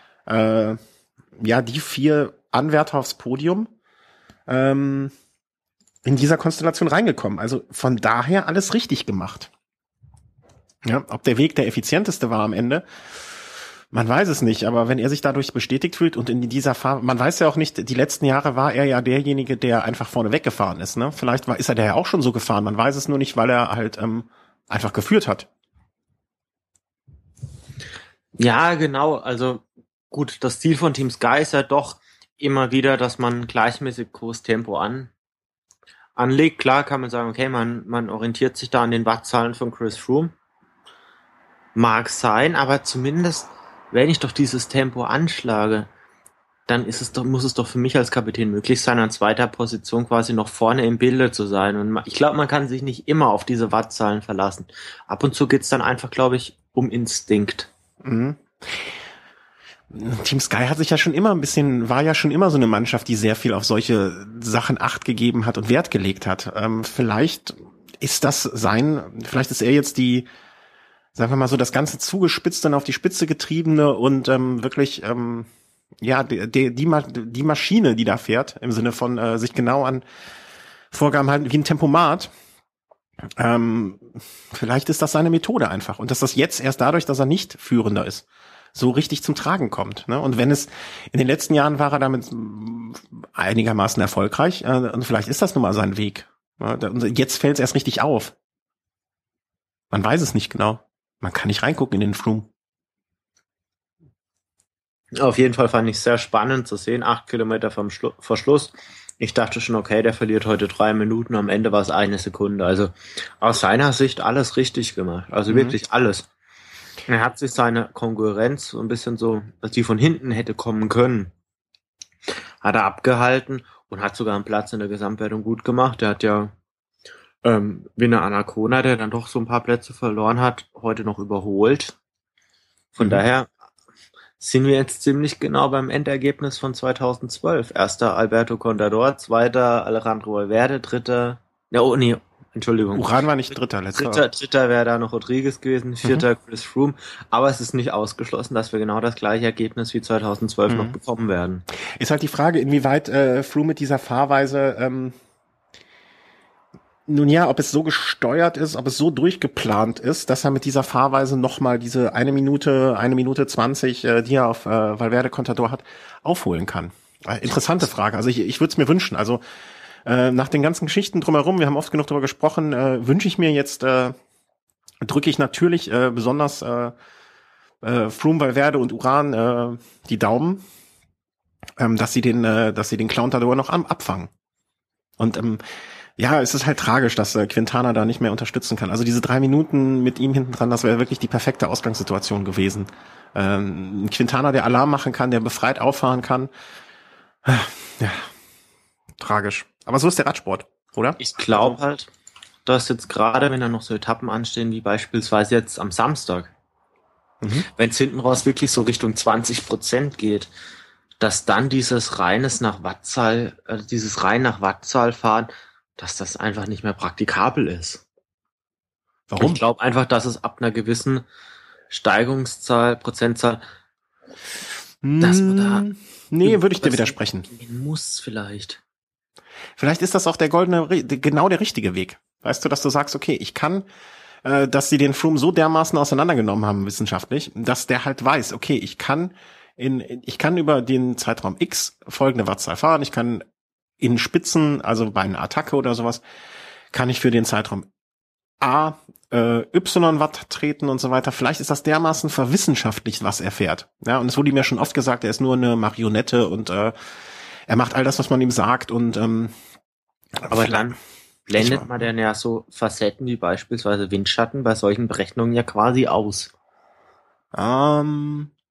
die 4 Anwärter aufs Podium in dieser Konstellation reingekommen. Also von daher alles richtig gemacht. Ja, ob der Weg der effizienteste war am Ende, man weiß es nicht, aber wenn er sich dadurch bestätigt fühlt und in dieser man weiß ja auch nicht, die letzten Jahre war er ja derjenige, der einfach vorne weggefahren ist, ne? Vielleicht ist er der ja auch schon so gefahren, man weiß es nur nicht, weil er halt einfach geführt hat. Ja, genau, also gut, das Ziel von Team Sky ist ja doch immer wieder, dass man gleichmäßig hohes Tempo anlegt. Klar kann man sagen, okay, man orientiert sich da an den Wattzahlen von Chris Froome. Mag sein, aber zumindest wenn ich doch dieses Tempo anschlage, dann muss es doch für mich als Kapitän möglich sein, an zweiter Position quasi noch vorne im Bilde zu sein. Und ich glaube, man kann sich nicht immer auf diese Wattzahlen verlassen. Ab und zu geht's dann einfach, glaube ich, um Instinkt. Mhm. Team Sky hat sich ja schon immer war ja schon immer so eine Mannschaft, die sehr viel auf solche Sachen Acht gegeben hat und Wert gelegt hat. Vielleicht ist er jetzt sagen wir mal so, das Ganze zugespitzt dann auf die Spitze getriebene und wirklich die Maschine, die da fährt, im Sinne von sich genau an Vorgaben halten, wie ein Tempomat. Vielleicht ist das seine Methode einfach und dass das jetzt erst dadurch, dass er nicht Führender ist, so richtig zum Tragen kommt. Ne? Und wenn es in den letzten Jahren war er damit einigermaßen erfolgreich und vielleicht ist das nun mal sein Weg. Und jetzt fällt es erst richtig auf. Man weiß es nicht genau. Man kann nicht reingucken in den Froome. Auf jeden Fall fand ich es sehr spannend zu sehen, 8 Kilometer vor Schluss. Ich dachte schon, okay, der verliert heute 3 Minuten, am Ende war es 1 Sekunde. Also aus seiner Sicht alles richtig gemacht. Also wirklich alles. Er hat sich seine Konkurrenz so ein bisschen so, dass die von hinten hätte kommen können, hat er abgehalten und hat sogar einen Platz in der Gesamtwertung gut gemacht. Der hat ja Winner Anacona, der dann doch so ein paar Plätze verloren hat, heute noch überholt. Von daher sind wir jetzt ziemlich genau beim Endergebnis von 2012. Erster Alberto Contador, zweiter Alejandro Valverde, dritter, Entschuldigung. Uran war nicht dritter, Dritter wäre da noch Rodriguez gewesen, vierter Chris Froome. Aber es ist nicht ausgeschlossen, dass wir genau das gleiche Ergebnis wie 2012 noch bekommen werden. Ist halt die Frage, inwieweit Froome mit dieser Fahrweise ob es so gesteuert ist, ob es so durchgeplant ist, dass er mit dieser Fahrweise nochmal diese 1 Minute 20, die er auf Valverde Contador hat, aufholen kann. Interessante Frage. Also ich würde es mir wünschen. Also nach den ganzen Geschichten drumherum, wir haben oft genug darüber gesprochen, wünsche ich mir jetzt, drücke ich natürlich besonders Froome, Valverde und Uran die Daumen, dass sie den Contador noch abfangen. Und es ist halt tragisch, dass Quintana da nicht mehr unterstützen kann. Also diese 3 Minuten mit ihm hinten dran, das wäre wirklich die perfekte Ausgangssituation gewesen. Ein Quintana, der Alarm machen kann, der befreit auffahren kann. Ja, tragisch. Aber so ist der Radsport, oder? Ich glaube halt, dass jetzt gerade, wenn da noch so Etappen anstehen, wie beispielsweise jetzt am Samstag, wenn es hinten raus wirklich so Richtung 20% geht, dass dann dieses rein nach Wattzahl fahren, dass das einfach nicht mehr praktikabel ist. Warum? Ich glaube einfach, dass es ab einer gewissen Prozentzahl, dass man da... Nee, würde ich dir widersprechen. Muss vielleicht. Vielleicht ist das auch genau der richtige Weg. Weißt du, dass du sagst, okay, ich kann, dass sie den Froome so dermaßen auseinandergenommen haben wissenschaftlich, dass der halt weiß, okay, ich kann über den Zeitraum X folgende Wattzahl fahren, ich kann in Spitzen, also bei einer Attacke oder sowas, kann ich für den Zeitraum A, Y Watt treten und so weiter. Vielleicht ist das dermaßen verwissenschaftlicht, was er fährt. Ja, und es wurde ihm ja schon oft gesagt, er ist nur eine Marionette und er macht all das, was man ihm sagt und aber dann blendet man dann ja so Facetten wie beispielsweise Windschatten bei solchen Berechnungen ja quasi aus.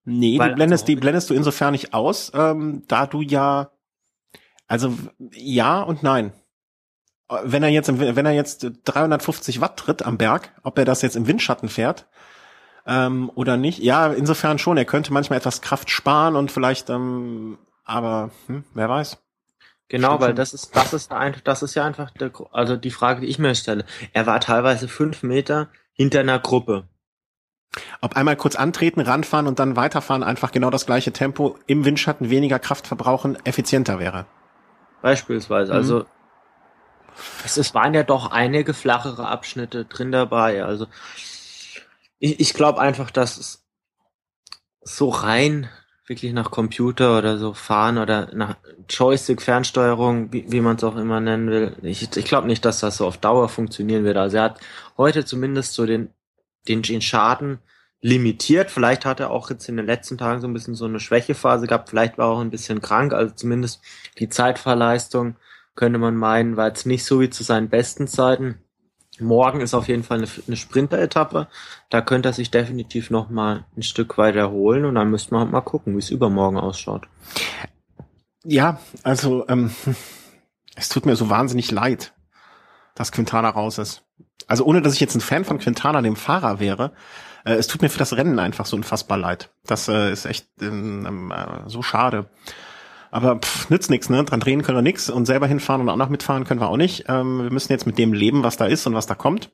Nee, Weil, die blendest du insofern nicht aus, da du ja, also ja und nein. Wenn er jetzt 350 Watt tritt am Berg, ob er das jetzt im Windschatten fährt, oder nicht, ja, insofern schon. Er könnte manchmal etwas Kraft sparen und vielleicht, aber wer weiß. genau, Stimmt weil schon. das ist ja einfach also die Frage, die ich mir stelle. Er war teilweise 5 Meter hinter einer Gruppe. Ob einmal kurz antreten, ranfahren und dann weiterfahren, einfach genau das gleiche Tempo, im Windschatten weniger Kraft verbrauchen, effizienter wäre. Beispielsweise. Mhm. Also es waren ja doch einige flachere Abschnitte drin dabei. Also ich glaube einfach, dass es so rein wirklich nach Computer oder so fahren oder nach Joystick-Fernsteuerung, wie man es auch immer nennen will. Ich glaube nicht, dass das so auf Dauer funktionieren wird. Also er hat heute zumindest so den Schaden limitiert. Vielleicht hat er auch jetzt in den letzten Tagen so ein bisschen so eine Schwächephase gehabt. Vielleicht war er auch ein bisschen krank. Also zumindest die Zeitfahrleistung könnte man meinen, war jetzt nicht so wie zu seinen besten Zeiten. Morgen ist auf jeden Fall eine Sprinter-Etappe. Da könnte er sich definitiv noch mal ein Stück weit erholen und dann müsste man halt mal gucken, wie es übermorgen ausschaut. Ja, also es tut mir so wahnsinnig leid, dass Quintana raus ist. Also ohne, dass ich jetzt ein Fan von Quintana, dem Fahrer, wäre, es tut mir für das Rennen einfach so unfassbar leid. Das ist echt so schade. Aber nützt nichts, ne? Dran drehen können wir nix und selber hinfahren und auch noch mitfahren können wir auch nicht. Wir müssen jetzt mit dem leben, was da ist und was da kommt.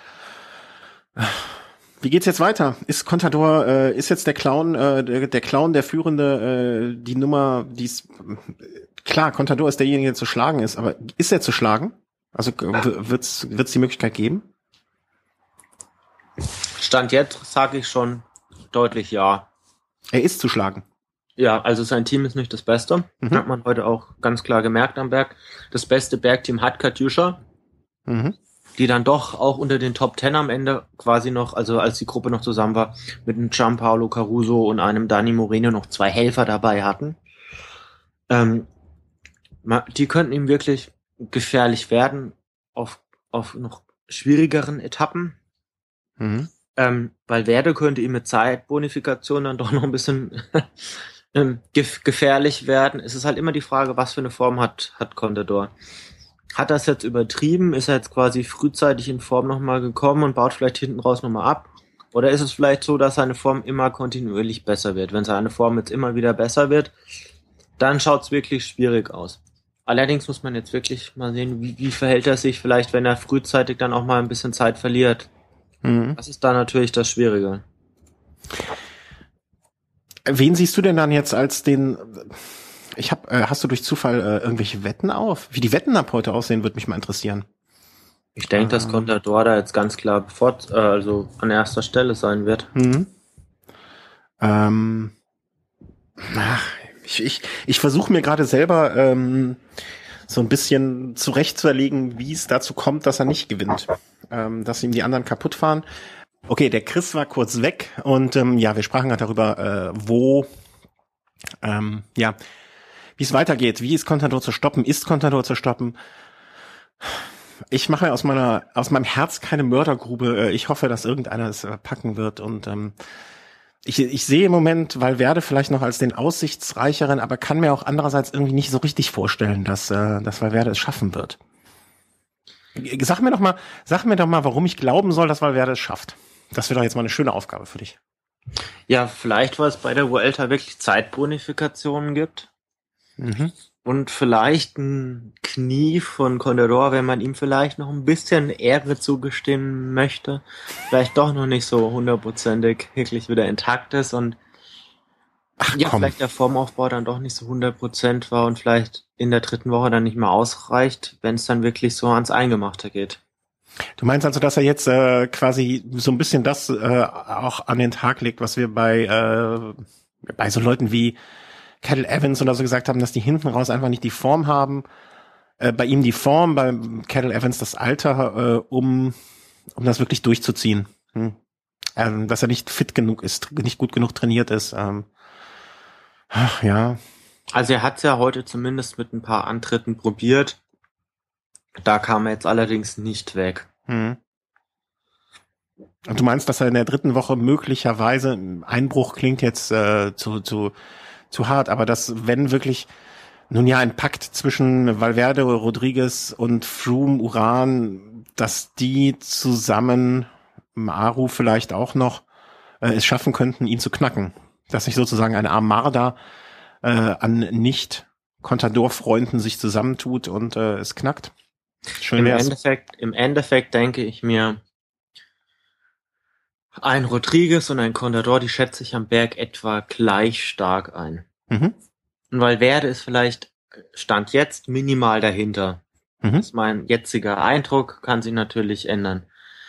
Wie geht's jetzt weiter? Ist Contador, ist jetzt der Clown, der Clown, der Führende, die Nummer, klar, Contador ist derjenige, der zu schlagen ist, aber ist er zu schlagen? Also wird's die Möglichkeit geben? Stand jetzt sage ich schon deutlich ja. Er ist zu schlagen. Ja, also sein Team ist nicht das Beste. Mhm. Hat man heute auch ganz klar gemerkt am Berg. Das beste Bergteam hat Katusha, die dann doch auch unter den Top 10 am Ende quasi noch, also als die Gruppe noch zusammen war, mit einem Gianpaolo Caruso und einem Dani Moreno noch 2 Helfer dabei hatten. Die könnten ihm wirklich gefährlich werden auf noch schwierigeren Etappen. Weil Werde könnte ihm mit Zeitbonifikation dann doch noch ein bisschen gefährlich werden. Es ist halt immer die Frage, was für eine Form hat Contador. Hat das jetzt übertrieben? Ist er jetzt quasi frühzeitig in Form nochmal gekommen und baut vielleicht hinten raus nochmal ab? Oder ist es vielleicht so, dass seine Form immer kontinuierlich besser wird? Wenn seine Form jetzt immer wieder besser wird, dann schaut es wirklich schwierig aus. Allerdings muss man jetzt wirklich mal sehen, wie verhält er sich vielleicht, wenn er frühzeitig dann auch mal ein bisschen Zeit verliert. Das ist da natürlich das Schwierige. Wen siehst du denn dann jetzt als den? Hast du durch Zufall irgendwelche Wetten auf? Wie die Wetten ab heute aussehen, würde mich mal interessieren. Ich denke, dass Contador da jetzt ganz klar also an erster Stelle sein wird. Ich versuche mir gerade selber so ein bisschen zurechtzuerlegen, wie es dazu kommt, dass er nicht gewinnt. Dass ihm die anderen kaputt fahren. Okay, der Chris war kurz weg und wir sprachen gerade darüber, wie es weitergeht. Wie ist Contador zu stoppen? Ist Contador zu stoppen? Ich mache aus meinem Herz keine Mördergrube. Ich hoffe, dass irgendeiner es packen wird und ich sehe im Moment Valverde vielleicht noch als den aussichtsreicheren, aber kann mir auch andererseits irgendwie nicht so richtig vorstellen, dass Valverde es schaffen wird. Sag mir doch mal, warum ich glauben soll, dass Valverde es schafft. Das wäre doch jetzt mal eine schöne Aufgabe für dich. Ja, vielleicht, weil es bei der Vuelta wirklich Zeitbonifikationen gibt. Und vielleicht ein Knie von Contador, wenn man ihm vielleicht noch ein bisschen Ehre zugestehen möchte, vielleicht doch noch nicht so hundertprozentig wirklich wieder intakt ist und vielleicht der Formaufbau dann doch nicht so 100% war und vielleicht in der 3. Woche dann nicht mehr ausreicht, wenn es dann wirklich so ans Eingemachte geht. Du meinst also, dass er jetzt quasi so ein bisschen das auch an den Tag legt, was wir bei so Leuten wie Cadel Evans oder so gesagt haben, dass die hinten raus einfach nicht die Form haben. Bei ihm die Form, bei Cadel Evans das Alter, um das wirklich durchzuziehen. Dass er nicht fit genug ist, nicht gut genug trainiert ist. Ja. Also er hat es ja heute zumindest mit ein paar Antritten probiert. Da kam er jetzt allerdings nicht weg. Und du meinst, dass er in der dritten Woche möglicherweise, Einbruch klingt jetzt zu hart, aber dass, wenn wirklich, nun ja, ein Pakt zwischen Valverde, Rodriguez und Froome, Uran, dass die zusammen, Aru vielleicht auch noch, es schaffen könnten, ihn zu knacken. Dass sich sozusagen eine Armada an Nicht-Contador-Freunden sich zusammentut und es knackt. Schön Im Endeffekt denke ich mir, ein Rodriguez und ein Contador, die schätze ich am Berg etwa gleich stark ein. Mhm. Und Valverde ist vielleicht, Stand jetzt, minimal dahinter. Mhm. Das ist mein jetziger Eindruck, kann sich natürlich ändern.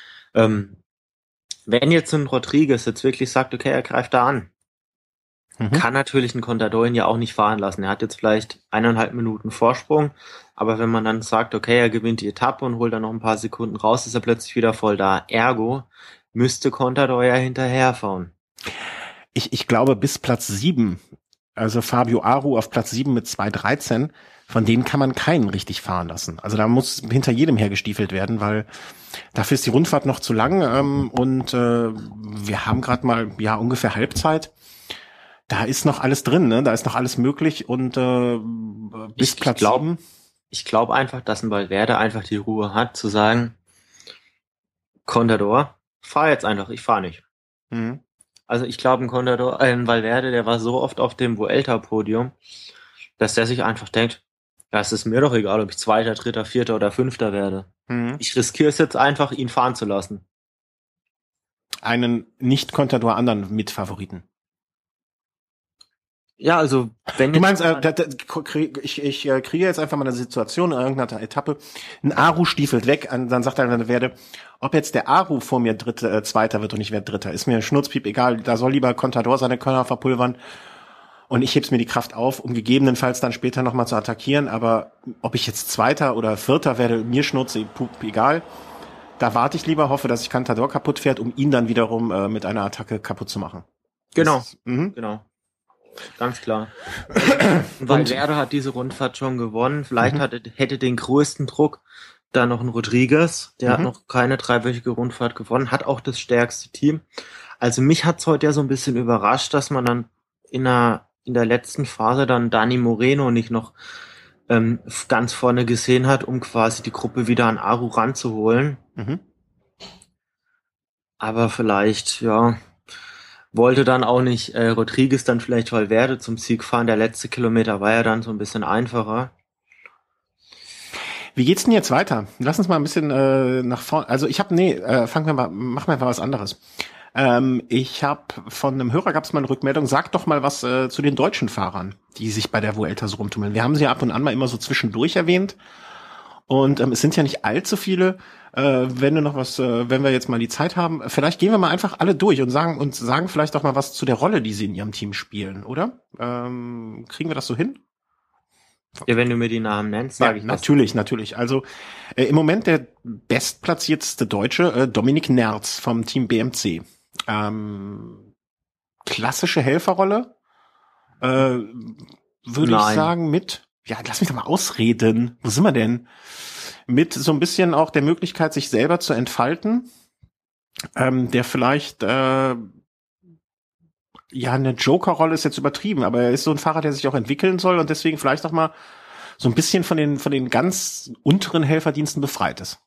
Wenn jetzt ein Rodriguez jetzt wirklich sagt, okay, er greift da an, kann natürlich ein Contador ihn ja auch nicht fahren lassen. Er hat jetzt vielleicht 1,5 Minuten Vorsprung, aber wenn man dann sagt, okay, er gewinnt die Etappe und holt dann noch ein paar Sekunden raus, ist er plötzlich wieder voll da. Ergo müsste Contador ja hinterherfahren. Ich glaube, bis Platz 7, also Fabio Aru auf Platz 7 mit 2,13, von denen kann man keinen richtig fahren lassen. Also da muss hinter jedem hergestiefelt werden, weil dafür ist die Rundfahrt noch zu lang und wir haben gerade mal ungefähr Halbzeit. Da ist noch alles drin, ne? Da ist noch alles möglich und bis Platz 7. Ich glaube einfach, dass ein Valverde einfach die Ruhe hat, zu sagen, Contador, fahr jetzt einfach, ich fahr nicht. Mhm. Also ich glaube, ein Valverde, der war so oft auf dem Vuelta-Podium, dass der sich einfach denkt, ja, es ist mir doch egal, ob ich Zweiter, Dritter, Vierter oder Fünfter werde. Mhm. Ich riskiere es jetzt einfach, ihn fahren zu lassen. Einen nicht-Contador anderen Mitfavoriten. Ja, also wenn du meinst, ich kriege jetzt einfach mal eine Situation in irgendeiner Etappe, ein Aru stiefelt weg, dann sagt er, werde, ob jetzt der Aru vor mir Zweiter wird und ich werde Dritter, ist mir Schnurzpiep egal, da soll lieber Contador seine Körner verpulvern und ich heb's mir die Kraft auf, um gegebenenfalls dann später nochmal zu attackieren, aber ob ich jetzt Zweiter oder Vierter werde, mir Schnurzpiep egal, da warte ich lieber, hoffe, dass ich Contador kaputt fährt, um ihn dann wiederum mit einer Attacke kaputt zu machen. Genau, genau. Ganz klar. Valverde hat diese Rundfahrt schon gewonnen. Vielleicht hätte den größten Druck da noch ein Rodriguez. Der hat noch keine 3-wöchige Rundfahrt gewonnen, hat auch das stärkste Team. Also mich hat's heute ja so ein bisschen überrascht, dass man dann in der letzten Phase dann Dani Moreno nicht noch ganz vorne gesehen hat, um quasi die Gruppe wieder an Aru ranzuholen. Aber vielleicht, wollte dann auch nicht Rodriguez dann vielleicht Valverde zum Sieg fahren. Der letzte Kilometer war ja dann so ein bisschen einfacher. Wie geht's denn jetzt weiter? Lass uns mal ein bisschen nach vorne. Also machen wir mal was anderes. Ich habe von einem Hörer gab's mal eine Rückmeldung. Sag doch mal was zu den deutschen Fahrern, die sich bei der Vuelta so rumtummeln. Wir haben sie ja ab und an mal immer so zwischendurch erwähnt. Und es sind ja nicht allzu viele. Wenn wir jetzt mal die Zeit haben, vielleicht gehen wir mal einfach alle durch und sagen vielleicht auch mal was zu der Rolle, die sie in ihrem Team spielen, oder? Kriegen wir das so hin? Ja, wenn du mir die Namen nennst, sage ich was. Natürlich. Also im Moment der bestplatzierteste Deutsche, Dominik Nerz vom Team BMC. Klassische Helferrolle, würde ich sagen, lass mich doch mal ausreden. Wo sind wir denn? Mit so ein bisschen auch der Möglichkeit, sich selber zu entfalten, der vielleicht eine Joker-Rolle ist jetzt übertrieben, aber er ist so ein Fahrer, der sich auch entwickeln soll und deswegen vielleicht auch mal so ein bisschen von den ganz unteren Helferdiensten befreit ist.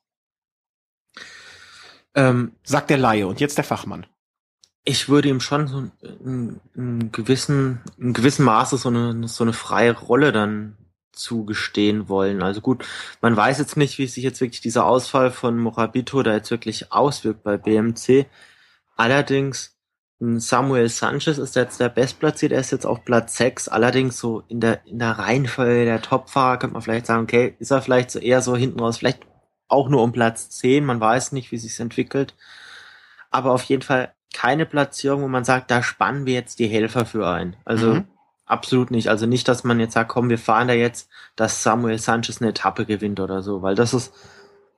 Sagt der Laie und jetzt der Fachmann. Ich würde ihm schon so in gewissen Maße so eine freie Rolle dann zugestehen wollen. Also gut, man weiß jetzt nicht, wie sich jetzt wirklich dieser Ausfall von Morabito da jetzt wirklich auswirkt bei BMC. Allerdings, Samuel Sanchez ist jetzt der Bestplatzierte, er ist jetzt auf Platz 6. Allerdings so in der Reihenfolge der Topfahrer könnte man vielleicht sagen, okay, ist er vielleicht so eher so hinten raus, vielleicht auch nur um Platz 10, man weiß nicht, wie sich's entwickelt. Aber auf jeden Fall keine Platzierung, wo man sagt, da spannen wir jetzt die Helfer für ein. Also absolut nicht. Also nicht, dass man jetzt sagt, komm, wir fahren da jetzt, dass Samuel Sanchez eine Etappe gewinnt oder so, weil das ist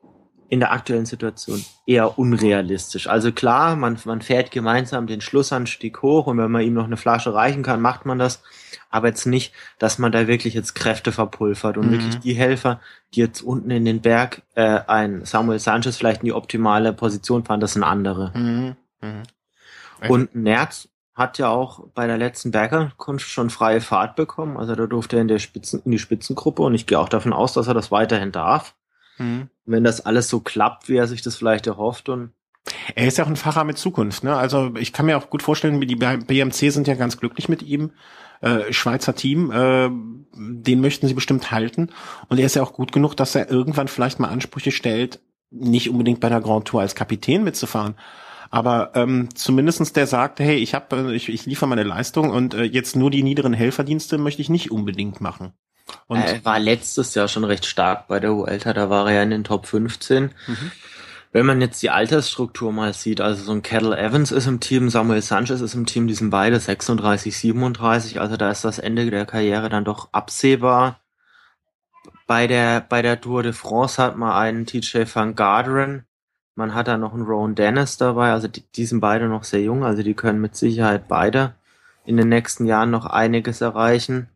in der aktuellen Situation eher unrealistisch. Also klar, man fährt gemeinsam den Schlussanstieg hoch und wenn man ihm noch eine Flasche reichen kann, macht man das. Aber jetzt nicht, dass man da wirklich jetzt Kräfte verpulvert und wirklich die Helfer, die jetzt unten in den Berg ein Samuel Sanchez vielleicht in die optimale Position fahren, das sind andere. Und Nerz hat ja auch bei der letzten Bergankunft schon freie Fahrt bekommen. Also da durfte er in die Spitzengruppe und ich gehe auch davon aus, dass er das weiterhin darf. Wenn das alles so klappt, wie er sich das vielleicht erhofft. Und er ist ja auch ein Fahrer mit Zukunft, ne? Also ich kann mir auch gut vorstellen, die BMC sind ja ganz glücklich mit ihm. Schweizer Team, den möchten sie bestimmt halten. Und er ist ja auch gut genug, dass er irgendwann vielleicht mal Ansprüche stellt, nicht unbedingt bei der Grand Tour als Kapitän mitzufahren. Aber zumindestens der sagt, hey, ich liefere meine Leistung und jetzt nur die niederen Helferdienste möchte ich nicht unbedingt machen. Und er war letztes Jahr schon recht stark bei der Vuelta, da war er ja in den Top 15. Wenn man jetzt die Altersstruktur mal sieht, also so ein Cadel Evans ist im Team, Samuel Sanchez ist im Team, die sind beide 36, 37, also da ist das Ende der Karriere dann doch absehbar. Bei der Tour de France hat man einen TJ van Garderen, man hat da noch einen Rowan Dennis dabei, also die sind beide noch sehr jung, also die können mit Sicherheit beide in den nächsten Jahren noch einiges erreichen.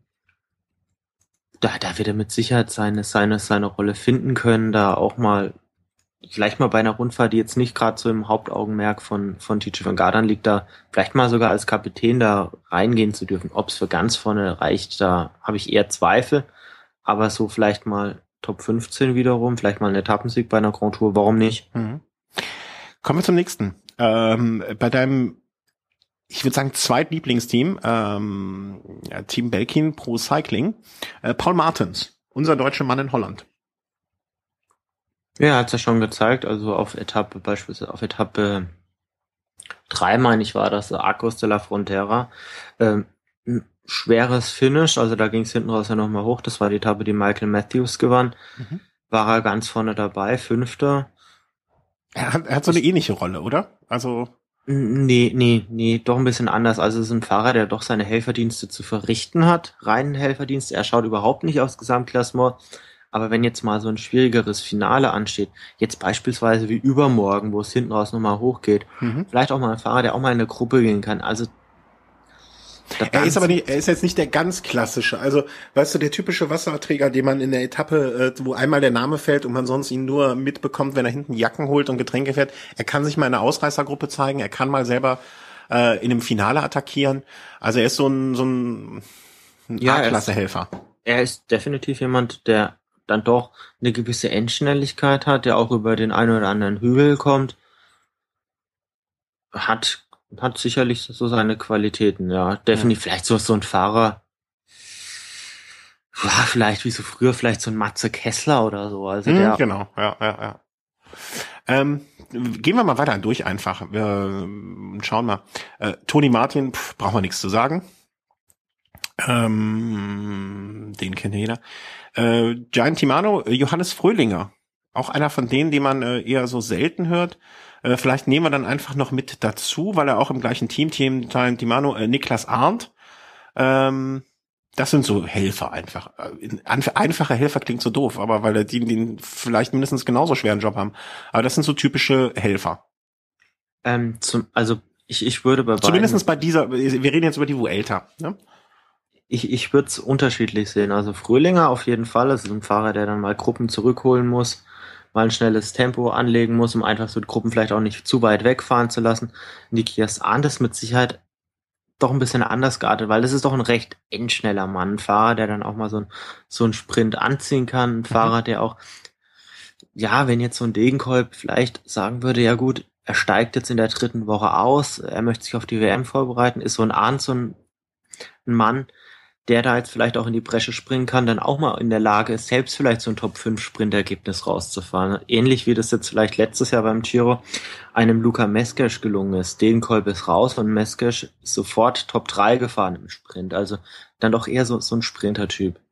Da wird er mit Sicherheit seine Rolle finden können, da auch mal, vielleicht mal bei einer Rundfahrt, die jetzt nicht gerade so im Hauptaugenmerk von TJ van Garderen liegt, da vielleicht mal sogar als Kapitän da reingehen zu dürfen. Ob es für ganz vorne reicht, da habe ich eher Zweifel, aber so vielleicht mal Top 15 wiederum, vielleicht mal ein Etappensieg bei einer Grand Tour, warum nicht? Kommen wir zum nächsten. Bei deinem, ich würde sagen, Zweitlieblingsteam, Team Belkin Pro Cycling, Paul Martens, unser deutscher Mann in Holland. Ja, hat's ja schon gezeigt, also beispielsweise auf Etappe 3, meine ich, war das Arcos de la Frontera. Ein schweres Finish, also da ging es hinten raus ja nochmal hoch, das war die Etappe, die Michael Matthews gewann. War er ganz vorne dabei, 5. Er hat so eine ähnliche Rolle, oder? Also Nee, doch ein bisschen anders. Also es ist ein Fahrer, der doch seine Helferdienste zu verrichten hat, reinen Helferdienst. Er schaut überhaupt nicht aufs Gesamtklassement. Aber wenn jetzt mal so ein schwierigeres Finale ansteht, jetzt beispielsweise wie übermorgen, wo es hinten raus nochmal hochgeht, vielleicht auch mal ein Fahrer, der auch mal in eine Gruppe gehen kann. Also er ist jetzt nicht der ganz klassische, also weißt du, der typische Wasserträger, den man in der Etappe, wo einmal der Name fällt und man sonst ihn nur mitbekommt, wenn er hinten Jacken holt und Getränke fährt. Er kann sich mal in einer Ausreißergruppe zeigen, er kann mal selber in einem Finale attackieren. Also er ist so ein A-Klasse-Helfer. Er ist definitiv jemand, der dann doch eine gewisse Endschnelligkeit hat, der auch über den einen oder anderen Hügel kommt. Hat sicherlich so seine Qualitäten, ja. Definitiv, vielleicht so ein Fahrer, ja, vielleicht wie so früher, vielleicht so ein Matze Kessler oder so. Also der. Genau, ja. Gehen wir mal weiter durch einfach. Wir schauen mal. Toni Martin, braucht man nichts zu sagen. Den kennt jeder. Giant Timano, Johannes Fröhlinger. Auch einer von denen, die man eher so selten hört. Vielleicht nehmen wir dann einfach noch mit dazu, weil er auch im gleichen Team Giant Timano, Niklas Arndt. Das sind so Helfer einfach. Einfache Helfer klingt so doof, aber weil die den vielleicht mindestens genauso schweren Job haben. Aber das sind so typische Helfer. Ich würde bei beiden... Zumindest bei dieser, wir reden jetzt über die Vuelta, ne? Ich würde es unterschiedlich sehen. Also Fröhlinger auf jeden Fall. Das ist ein Fahrer, der dann mal Gruppen zurückholen muss, mal ein schnelles Tempo anlegen muss, um einfach so die Gruppen vielleicht auch nicht zu weit wegfahren zu lassen. Niklas Arndt ist mit Sicherheit doch ein bisschen anders geartet, weil das ist doch ein recht endschneller Mann. Ein Fahrer, der dann auch mal so einen Sprint anziehen kann. Ein Fahrer, der auch, ja, wenn jetzt so ein Degenkolb vielleicht sagen würde, ja gut, er steigt jetzt in der 3. Woche aus, er möchte sich auf die WM vorbereiten, ist so ein Arndt so ein Mann, der da jetzt vielleicht auch in die Bresche springen kann, dann auch mal in der Lage ist, selbst vielleicht so ein Top-5-Sprintergebnis rauszufahren. Ähnlich wie das jetzt vielleicht letztes Jahr beim Giro einem Luka Meskes gelungen ist. Degenkolb ist raus und Meskes ist sofort Top 3 gefahren im Sprint. Also dann doch eher so ein Sprinter-Typ.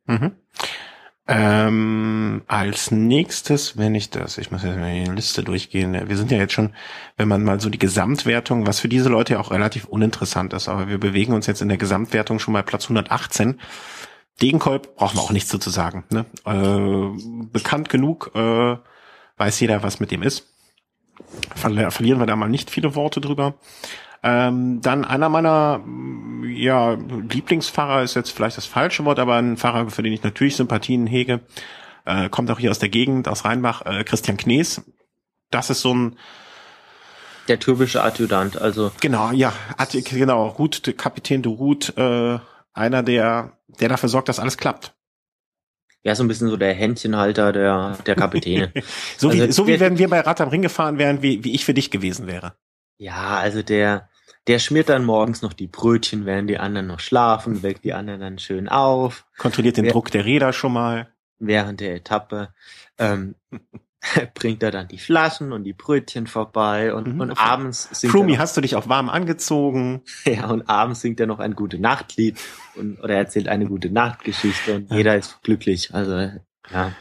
Als nächstes, ich muss jetzt mal die Liste durchgehen. Wir sind ja jetzt schon, wenn man mal so die Gesamtwertung, was für diese Leute ja auch relativ uninteressant ist, aber wir bewegen uns jetzt in der Gesamtwertung schon bei Platz 118. Degenkolb brauchen wir auch nichts so zu sagen, ne? Bekannt genug, weiß jeder, was mit dem ist. Verlieren wir da mal nicht viele Worte drüber. Dann einer meiner Lieblingsfahrer ist jetzt vielleicht das falsche Wort, aber ein Fahrer, für den ich natürlich Sympathien hege, kommt auch hier aus der Gegend, aus Rheinbach, Christian Knees. Das ist so ein der typische Adjutant, also. Genau, ja, genau, Ruth, Kapitän de Ruth, einer, der dafür sorgt, dass alles klappt. Ja, so ein bisschen so der Händchenhalter der Kapitäne. so wie wenn wir bei Rad am Ring gefahren wären, wie ich für dich gewesen wäre. Ja, also der schmiert dann morgens noch die Brötchen, während die anderen noch schlafen, weckt die anderen dann schön auf. Kontrolliert den Druck der Räder schon mal. Während der Etappe bringt er dann die Flaschen und die Brötchen vorbei und abends singt Froomey, hast du dich auch warm angezogen? Ja, und abends singt er noch ein Gute-Nacht-Lied oder erzählt eine Gute-Nacht-Geschichte und jeder ist glücklich. Also, ja.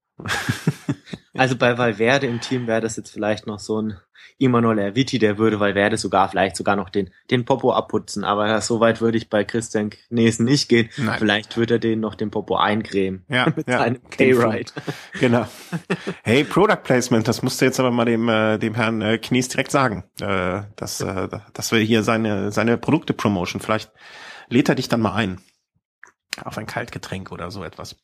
Also bei Valverde im Team wäre das jetzt vielleicht noch so ein Imanol Erviti, der würde Valverde vielleicht sogar noch den Popo abputzen, aber so weit würde ich bei Christian Knees nicht gehen. Nein. Vielleicht würde er den noch den Popo eincremen. Ja, mit seinem K-Ride. Genau. Hey, Product Placement, das musst du jetzt aber mal dem Herrn Knees direkt sagen, dass wir hier seine Produkte promotion. Vielleicht lädt er dich dann mal ein auf ein Kaltgetränk oder so etwas.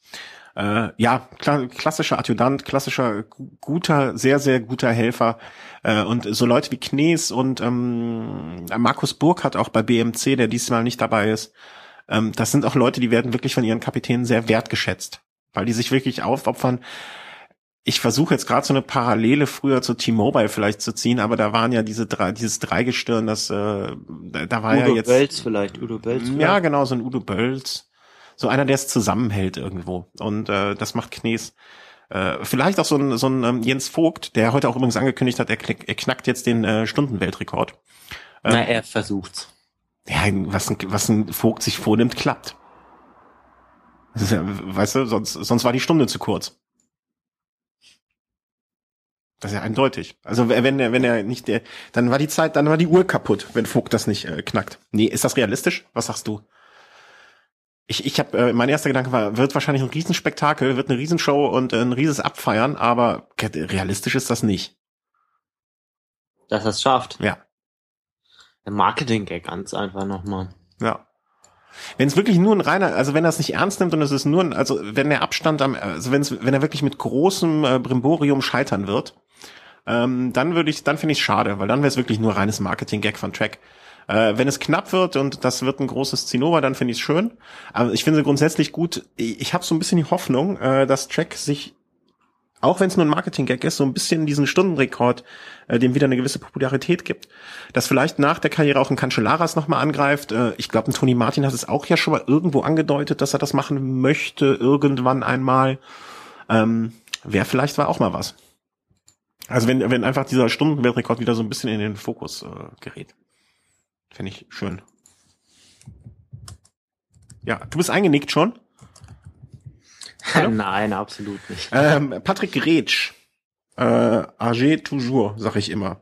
Klassischer Adjutant, klassischer guter, sehr, sehr guter Helfer. Und so Leute wie Knees und Markus Burkhardt auch bei BMC, der diesmal nicht dabei ist, das sind auch Leute, die werden wirklich von ihren Kapitänen sehr wertgeschätzt, weil die sich wirklich aufopfern. Ich versuche jetzt gerade so eine Parallele früher zu T-Mobile vielleicht zu ziehen, aber da waren ja dieses Dreigestirn, da war Udo ja jetzt... Udo Bölz. Ja, genau, so ein Udo Bölz. So einer, der es zusammenhält irgendwo. Und das macht Knees. Vielleicht auch so ein Jens Vogt, der heute auch übrigens angekündigt hat, er knackt jetzt den Stundenweltrekord. Er versucht's. Ja, was ein Vogt sich vornimmt, klappt. Das ist ja, weißt du, sonst war die Stunde zu kurz. Das ist ja eindeutig. Also wenn er nicht dann war die Uhr kaputt, wenn Vogt das nicht knackt. Nee, ist das realistisch? Was sagst du? Ich habe mein erster Gedanke war, wird wahrscheinlich ein Riesenspektakel, wird eine Riesenshow und ein rieses Abfeiern, aber realistisch ist das nicht. Dass er es schafft. Ja. Der Marketing-Gag ganz einfach nochmal. Ja. Wenn es wirklich nur ein reiner, also wenn er es nicht ernst nimmt und es ist nur also wenn der Abstand wenn er wirklich mit großem Brimborium scheitern wird, dann finde ich es schade, weil dann wäre es wirklich nur reines Marketing-Gag von Trek. Wenn es knapp wird und das wird ein großes Zinnober, dann finde ich es schön. Aber ich finde grundsätzlich gut. Ich habe so ein bisschen die Hoffnung, dass Trek sich, auch wenn es nur ein Marketing-Gag ist, so ein bisschen diesen Stundenrekord, dem wieder eine gewisse Popularität gibt. Dass vielleicht nach der Karriere auch ein Cancellaras nochmal angreift. Ich glaube, ein Tony Martin hat es auch ja schon mal irgendwo angedeutet, dass er das machen möchte, irgendwann einmal. War auch mal was. Also wenn einfach dieser Stundenweltrekord wieder so ein bisschen in den Fokus gerät. Finde ich schön. Ja, du bist eingenickt schon? Hallo? Nein, absolut nicht. Patrick Gretsch. Age toujours, sag ich immer.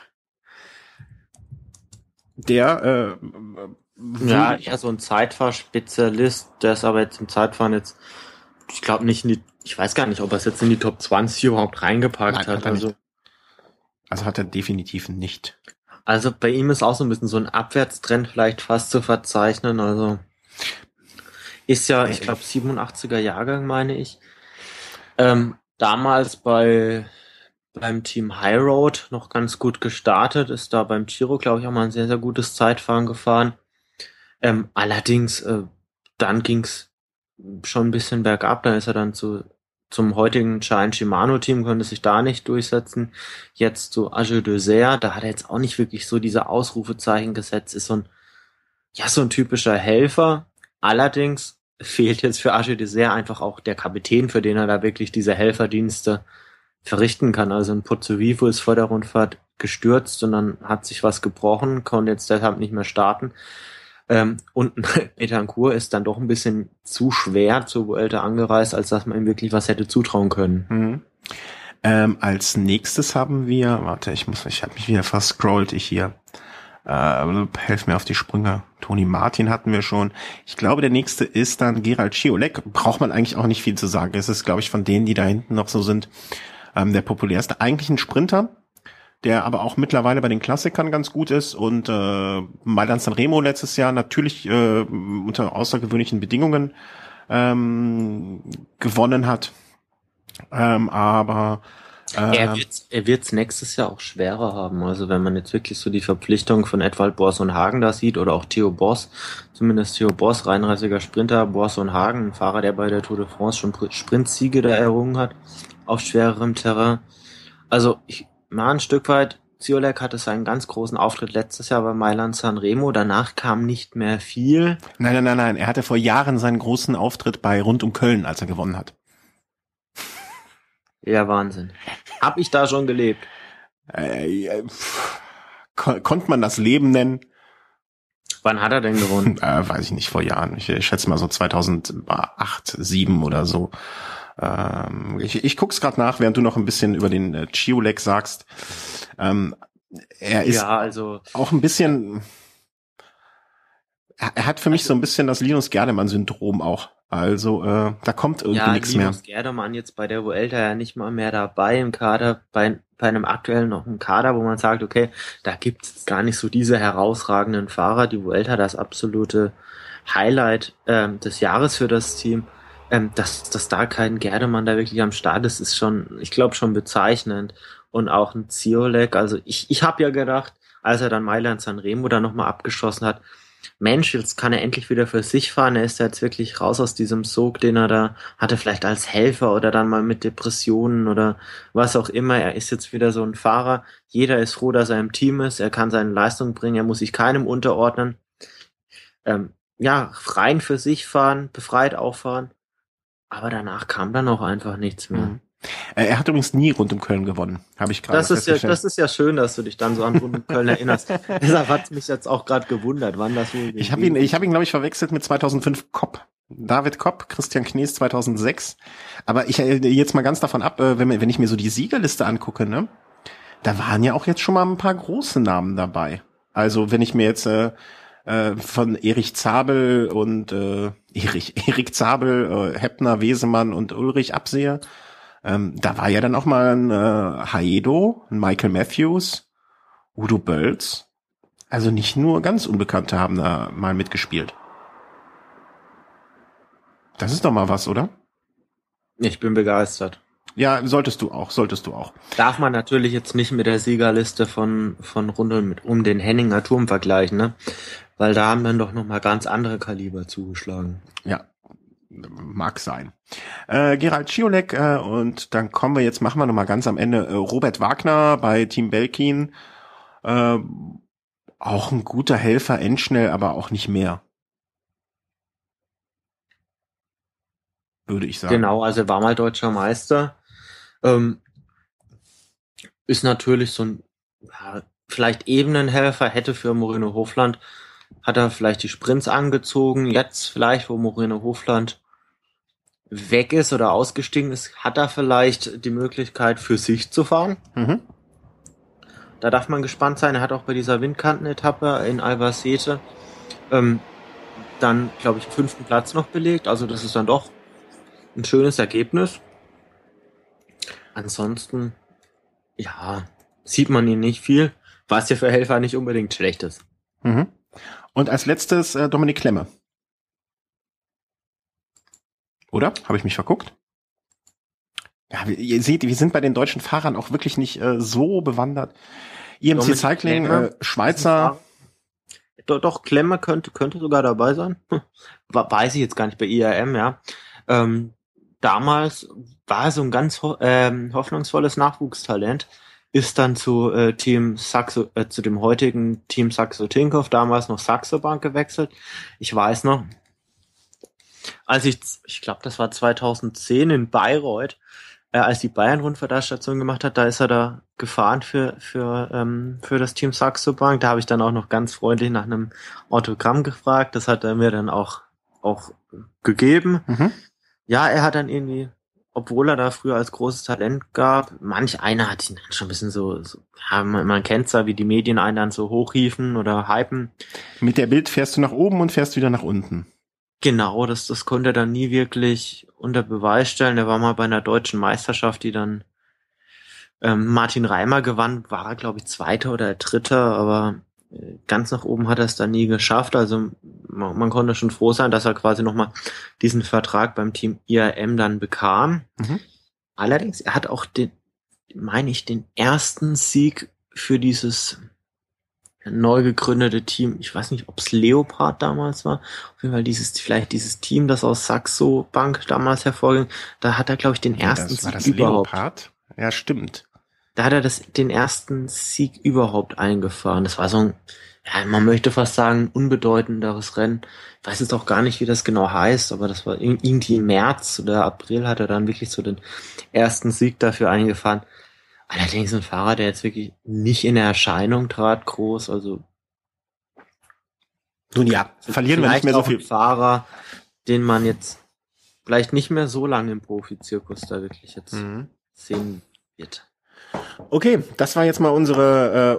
Der ja, so ein Zeitfahrspezialist, der ist aber jetzt im Zeitfahren jetzt, ich glaube nicht ich weiß gar nicht, ob er es jetzt in die Top 20 überhaupt reingepackt hat. Also hat er definitiv nicht. Also bei ihm ist auch so ein bisschen so ein Abwärtstrend vielleicht fast zu verzeichnen. Also ist ja, ich glaube 87er Jahrgang, meine ich. Damals beim Team High Road noch ganz gut gestartet, ist da beim Giro, glaube ich, auch mal ein sehr, sehr gutes Zeitfahren gefahren. Allerdings, dann ging's schon ein bisschen bergab, dann ist er dann zum heutigen Giant Shimano-Team, konnte sich da nicht durchsetzen. Jetzt zu Age Dessert, da hat er jetzt auch nicht wirklich so diese Ausrufezeichen gesetzt, ist so ein typischer Helfer. Allerdings fehlt jetzt für Age Dessert einfach auch der Kapitän, für den er da wirklich diese Helferdienste verrichten kann. Also ein Pozzovivo ist vor der Rundfahrt gestürzt und dann hat sich was gebrochen, konnte jetzt deshalb nicht mehr starten. Und Betancourt ist dann doch ein bisschen zu schwer zur Vuelta angereist, als dass man ihm wirklich was hätte zutrauen können. Als nächstes haben wir, ich habe mich wieder verscrollt, helf mir auf die Sprünge. Tony Martin hatten wir schon. Ich glaube, der nächste ist dann Gerald Schiolek. Braucht man eigentlich auch nicht viel zu sagen. Es ist, glaube ich, von denen, die da hinten noch so sind, der populärste. Eigentlich ein Sprinter, der aber auch mittlerweile bei den Klassikern ganz gut ist und Milan Sanremo letztes Jahr natürlich unter außergewöhnlichen Bedingungen gewonnen hat. Aber er wird's nächstes Jahr auch schwerer haben. Also wenn man jetzt wirklich so die Verpflichtung von Edvald Boasson Hagen da sieht oder auch Theo Bos, zumindest Theo Bos, reinrassiger Sprinter, Boasson Hagen, ein Fahrer, der bei der Tour de France schon Sprintsiege da errungen hat, auf schwererem Terrain. Also ein Stück weit, Ziolek hatte seinen ganz großen Auftritt letztes Jahr bei Mailand Sanremo, danach kam nicht mehr viel. Nein, er hatte vor Jahren seinen großen Auftritt bei Rund um Köln, als er gewonnen hat. Ja, Wahnsinn. Hab ich da schon gelebt? Konnte man das Leben nennen? Wann hat er denn gewonnen? Weiß ich nicht, vor Jahren. Ich schätze mal so 2008, 2007 oder so. Ich guck's gerade nach, während du noch ein bisschen über den Ciolek sagst. Er ist auch ein bisschen... Er hat für mich so ein bisschen das Linus Gerdemann-Syndrom auch. Also da kommt irgendwie nichts mehr. Linus Gerdemann jetzt bei der Vuelta ja nicht mal mehr dabei im Kader, bei einem aktuellen noch im Kader, wo man sagt, okay, da gibt's gar nicht so diese herausragenden Fahrer. Die Vuelta, das absolute Highlight des Jahres für das Team. Dass da kein Gerdemann da wirklich am Start ist, ist schon, ich glaube, schon bezeichnend. Und auch ein Ziolek, also ich habe ja gedacht, als er dann Mailand Sanremo da nochmal abgeschossen hat, Mensch, jetzt kann er endlich wieder für sich fahren. Er ist jetzt wirklich raus aus diesem Sog, den er da hatte, vielleicht als Helfer oder dann mal mit Depressionen oder was auch immer. Er ist jetzt wieder so ein Fahrer. Jeder ist froh, dass er im Team ist. Er kann seine Leistung bringen. Er muss sich keinem unterordnen. Rein für sich fahren, befreit auffahren. Aber danach kam dann auch einfach nichts mehr. Mhm. Er hat übrigens nie Rund um Köln gewonnen, habe ich gerade festgestellt. Das ist ja schön, dass du dich dann so an Rund um Köln erinnerst. Deshalb hat es mich jetzt auch gerade gewundert, wann das wohl Ich habe ihn, glaube ich, verwechselt mit 2005 Kopp. David Kopp, Christian Knees 2006. Aber ich jetzt mal ganz davon ab, wenn ich mir so die Siegerliste angucke, ne, da waren ja auch jetzt schon mal ein paar große Namen dabei. Also wenn ich mir jetzt von Erich Zabel und Erik Zabel, Heppner, Wesemann und Ulrich absehe, da war ja dann auch mal ein Haedo, ein Michael Matthews, Udo Bölz. Also nicht nur ganz Unbekannte haben da mal mitgespielt. Das ist doch mal was, oder? Ich bin begeistert. Ja, solltest du auch. Darf man natürlich jetzt nicht mit der Siegerliste von Rund um den Henninger Turm vergleichen, ne? Weil da haben dann doch nochmal ganz andere Kaliber zugeschlagen. Ja. Mag sein. Gerald Ciolek und dann machen wir nochmal ganz am Ende Robert Wagner bei Team Belkin. Auch ein guter Helfer, endschnell, aber auch nicht mehr. Würde ich sagen. Genau, also er war mal deutscher Meister. Ist natürlich so ein vielleicht Ebenenhelfer, hätte für Moreno Hofland, hat er vielleicht die Sprints angezogen. Jetzt vielleicht, wo Moreno Hofland weg ist oder ausgestiegen ist, hat er vielleicht die Möglichkeit für sich zu fahren. Mhm. Da darf man gespannt sein. Er hat auch bei dieser Windkanten-Etappe in Albacete dann, glaube ich, 5. Platz noch belegt. Also das ist dann doch ein schönes Ergebnis. Ansonsten, ja, sieht man ihn nicht viel, was ja für Helfer nicht unbedingt schlecht ist. Mhm. Und als letztes Dominik Klemme. Oder? Habe ich mich verguckt? Ja, ihr seht, wir sind bei den deutschen Fahrern auch wirklich nicht so bewandert. IMC Cycling, Klemme, Schweizer. Doch, Klemme könnte sogar dabei sein. Weiß ich jetzt gar nicht bei IRM, ja. Damals war er so ein ganz hoffnungsvolles Nachwuchstalent, ist dann zu zu dem heutigen Team Saxo Tinkoff, damals noch Saxo Bank gewechselt. Ich weiß noch, als ich glaube, das war 2010 in Bayreuth, als die Bayern-Rundfahrt-Station gemacht hat, da ist er da gefahren für das Team Saxo Bank. Da habe ich dann auch noch ganz freundlich nach einem Autogramm gefragt. Das hat er mir dann auch gegeben. Mhm. Ja, er hat dann irgendwie, obwohl er da früher als großes Talent gab, manch einer hat ihn dann schon ein bisschen so ja, man kennt's ja, wie die Medien einen dann so hochhieven oder hypen. Mit der Bild fährst du nach oben und fährst wieder nach unten. Genau, das konnte er dann nie wirklich unter Beweis stellen. Er war mal bei einer deutschen Meisterschaft, die dann Martin Reimer gewann, war er, glaube ich, Zweiter oder Dritter, aber ganz nach oben hat er es dann nie geschafft. Also man konnte schon froh sein, dass er quasi nochmal diesen Vertrag beim Team IAM dann bekam. Mhm. Allerdings, er hat auch den ersten Sieg für dieses neu gegründete Team, ich weiß nicht, ob es Leopard damals war, auf jeden Fall dieses Team, das aus Saxo Bank damals hervorging, da hat er, glaube ich, den ersten Sieg überhaupt. Leopard? Ja, stimmt. Da hat er den ersten Sieg überhaupt eingefahren. Das war so ein, ja, man möchte fast sagen, unbedeutenderes Rennen. Ich weiß jetzt auch gar nicht, wie das genau heißt, aber das war irgendwie im März oder April hat er dann wirklich so den ersten Sieg dafür eingefahren. Allerdings ein Fahrer, der jetzt wirklich nicht in Erscheinung trat, groß, also. Nun ja, verlieren wir nicht mehr so viel. Ein Fahrer, den man jetzt vielleicht nicht mehr so lange im Profizirkus da wirklich jetzt sehen wird. Okay, das war jetzt mal unsere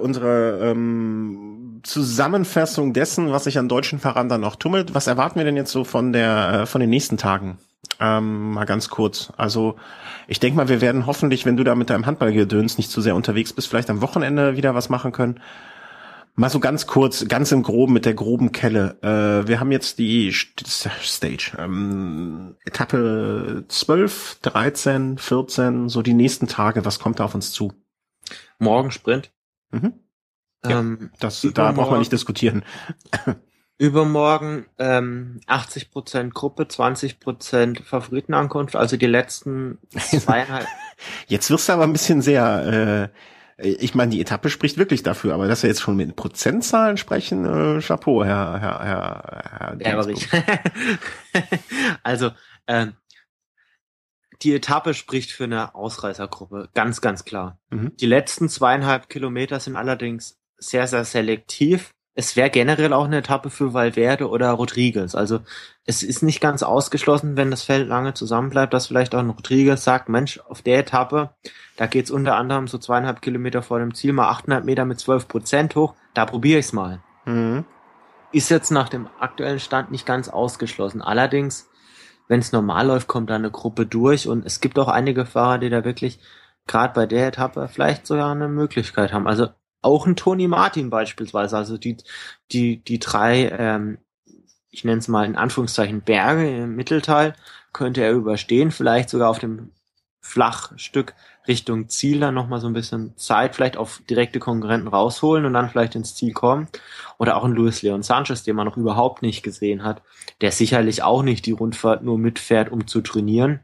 Zusammenfassung dessen, was sich an deutschen Fahrern dann noch tummelt. Was erwarten wir denn jetzt so von den nächsten Tagen? Mal ganz kurz. Also ich denke mal, wir werden hoffentlich, wenn du da mit deinem Handballgedöns nicht zu sehr unterwegs bist, vielleicht am Wochenende wieder was machen können. Mal so ganz kurz, ganz im Groben, mit der groben Kelle. Wir haben jetzt die Stage. Etappe 12, 13, 14, so die nächsten Tage. Was kommt da auf uns zu? Morgen Sprint. Mhm. Ja, da braucht man nicht diskutieren. Übermorgen 80% Gruppe, 20% Favoritenankunft, also die letzten 2,5. Jetzt wirst du aber ein bisschen sehr... ich meine, die Etappe spricht wirklich dafür, aber dass wir jetzt schon mit Prozentzahlen sprechen, Chapeau, Herr Derberich. Also, die Etappe spricht für eine Ausreißergruppe, ganz, ganz klar. Mhm. Die letzten 2,5 Kilometer sind allerdings sehr, sehr selektiv. Es wäre generell auch eine Etappe für Valverde oder Rodriguez. Also es ist nicht ganz ausgeschlossen, wenn das Feld lange zusammenbleibt, dass vielleicht auch ein Rodriguez sagt, Mensch, auf der Etappe, da geht's unter anderem so 2,5 Kilometer vor dem Ziel mal 800 Meter mit 12% hoch, da probiere ich's mal. Mhm. Ist jetzt nach dem aktuellen Stand nicht ganz ausgeschlossen. Allerdings, wenn es normal läuft, kommt da eine Gruppe durch und es gibt auch einige Fahrer, die da wirklich gerade bei der Etappe vielleicht sogar eine Möglichkeit haben. Also auch ein Toni Martin beispielsweise, also die drei, ich nenne es mal in Anführungszeichen Berge im Mittelteil, könnte er überstehen, vielleicht sogar auf dem Flachstück Richtung Ziel dann nochmal so ein bisschen Zeit, vielleicht auf direkte Konkurrenten rausholen und dann vielleicht ins Ziel kommen. Oder auch ein Luis Leon Sanchez, den man noch überhaupt nicht gesehen hat, der sicherlich auch nicht die Rundfahrt nur mitfährt, um zu trainieren.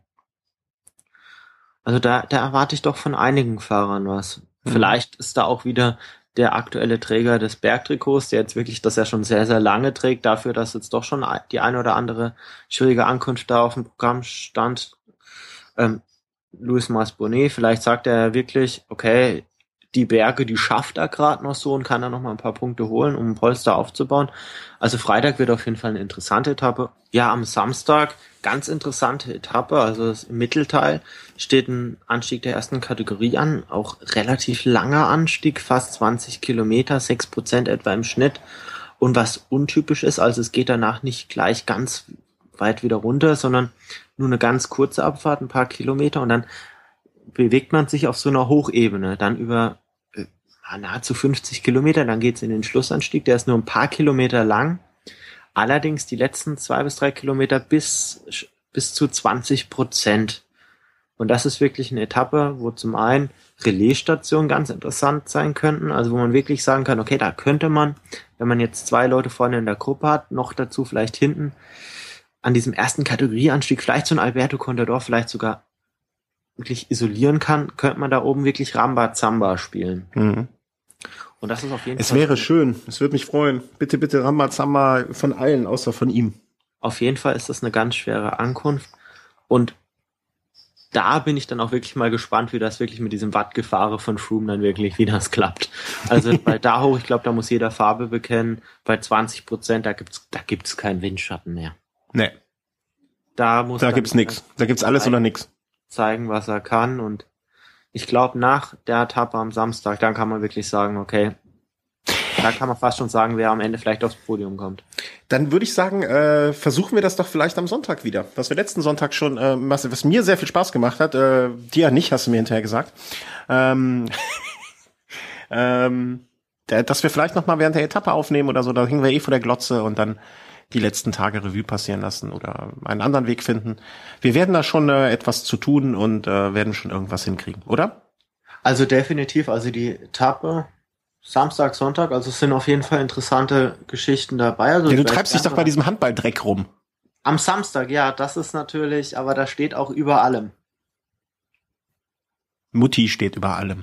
Also da erwarte ich doch von einigen Fahrern was. Vielleicht ist da auch wieder der aktuelle Träger des Bergtrikots, der jetzt wirklich das ja schon sehr, sehr lange trägt, dafür, dass jetzt doch schon die eine oder andere schwierige Ankunft da auf dem Programm stand. Luis Masbonet, vielleicht sagt er wirklich, okay, die Berge, die schafft er gerade noch so und kann da noch mal ein paar Punkte holen, um ein Polster aufzubauen. Also Freitag wird auf jeden Fall eine interessante Etappe. Ja, am Samstag ganz interessante Etappe, also im Mittelteil steht ein Anstieg der ersten Kategorie an, auch relativ langer Anstieg, fast 20 Kilometer, 6% etwa im Schnitt. Und was untypisch ist, also es geht danach nicht gleich ganz weit wieder runter, sondern nur eine ganz kurze Abfahrt, ein paar Kilometer und dann bewegt man sich auf so einer Hochebene, dann über nahezu 50 Kilometer, dann geht's in den Schlussanstieg, der ist nur ein paar Kilometer lang, allerdings die letzten 2 bis 3 Kilometer bis zu 20%. Und das ist wirklich eine Etappe, wo zum einen Relaisstationen ganz interessant sein könnten, also wo man wirklich sagen kann, okay, da könnte man, wenn man jetzt 2 Leute vorne in der Gruppe hat, noch dazu vielleicht hinten, an diesem ersten Kategorieanstieg vielleicht so ein Alberto Contador vielleicht sogar wirklich isolieren kann, könnte man da oben wirklich Rambazamba spielen. Mhm. Und das ist auf jeden Fall... Es wäre schön, es würde mich freuen. Bitte, bitte Rambazamba von allen, außer von ihm. Auf jeden Fall ist das eine ganz schwere Ankunft und da bin ich dann auch wirklich mal gespannt, wie das wirklich mit diesem Wattgefahre von Froome dann wirklich, wie das klappt. Also bei da hoch, ich glaube, da muss jeder Farbe bekennen. Bei 20%, da gibt's keinen Windschatten mehr. Nee. Da gibt's nix. Da gibt's alles oder nix. Zeigen, was er kann und ich glaube, nach der Etappe am Samstag, dann kann man wirklich sagen, okay, Da kann man fast schon sagen, wer am Ende vielleicht aufs Podium kommt. Dann würde ich sagen, versuchen wir das doch vielleicht am Sonntag wieder. Was wir letzten Sonntag schon, was mir sehr viel Spaß gemacht hat, dir ja nicht, hast du mir hinterher gesagt. Dass wir vielleicht noch mal während der Etappe aufnehmen oder so, da hängen wir eh vor der Glotze und dann die letzten Tage Revue passieren lassen oder einen anderen Weg finden. Wir werden da schon etwas zu tun und werden schon irgendwas hinkriegen, oder? Also definitiv, also die Etappe Samstag, Sonntag, also es sind auf jeden Fall interessante Geschichten dabei. Also ja, du treibst dich doch bei diesem Handballdreck rum. Am Samstag, ja, das ist natürlich, aber da steht auch über allem. Mutti steht über allem.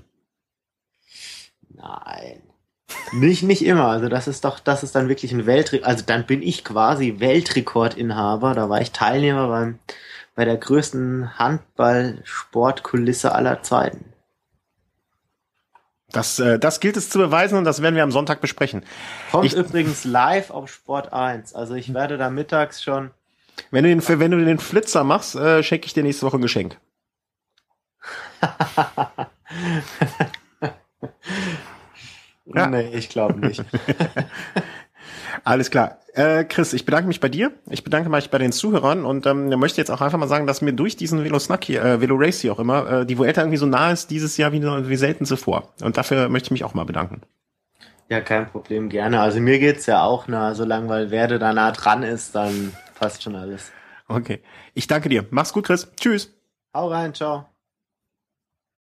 Nein. Nicht immer. Also das ist dann wirklich ein Weltrekord. Also dann bin ich quasi Weltrekordinhaber. Da war ich Teilnehmer bei der größten Handball-Sportkulisse aller Zeiten. Das gilt es zu beweisen und das werden wir am Sonntag besprechen. Kommt übrigens live auf Sport 1. Also ich werde da mittags schon. Wenn du den Flitzer machst, schenke ich dir nächste Woche ein Geschenk. Ja. Nee, ich glaube nicht. Alles klar. Chris, ich bedanke mich bei dir. Ich bedanke mich bei den Zuhörern und möchte jetzt auch einfach mal sagen, dass mir durch diesen Velo-Race hier auch immer, die Vuelta irgendwie so nah ist dieses Jahr wie selten zuvor. Und dafür möchte ich mich auch mal bedanken. Ja, kein Problem, gerne. Also mir geht's ja auch nah, solange Valverde da nah dran ist, dann passt schon alles. Okay. Ich danke dir. Mach's gut, Chris. Tschüss. Hau rein, ciao.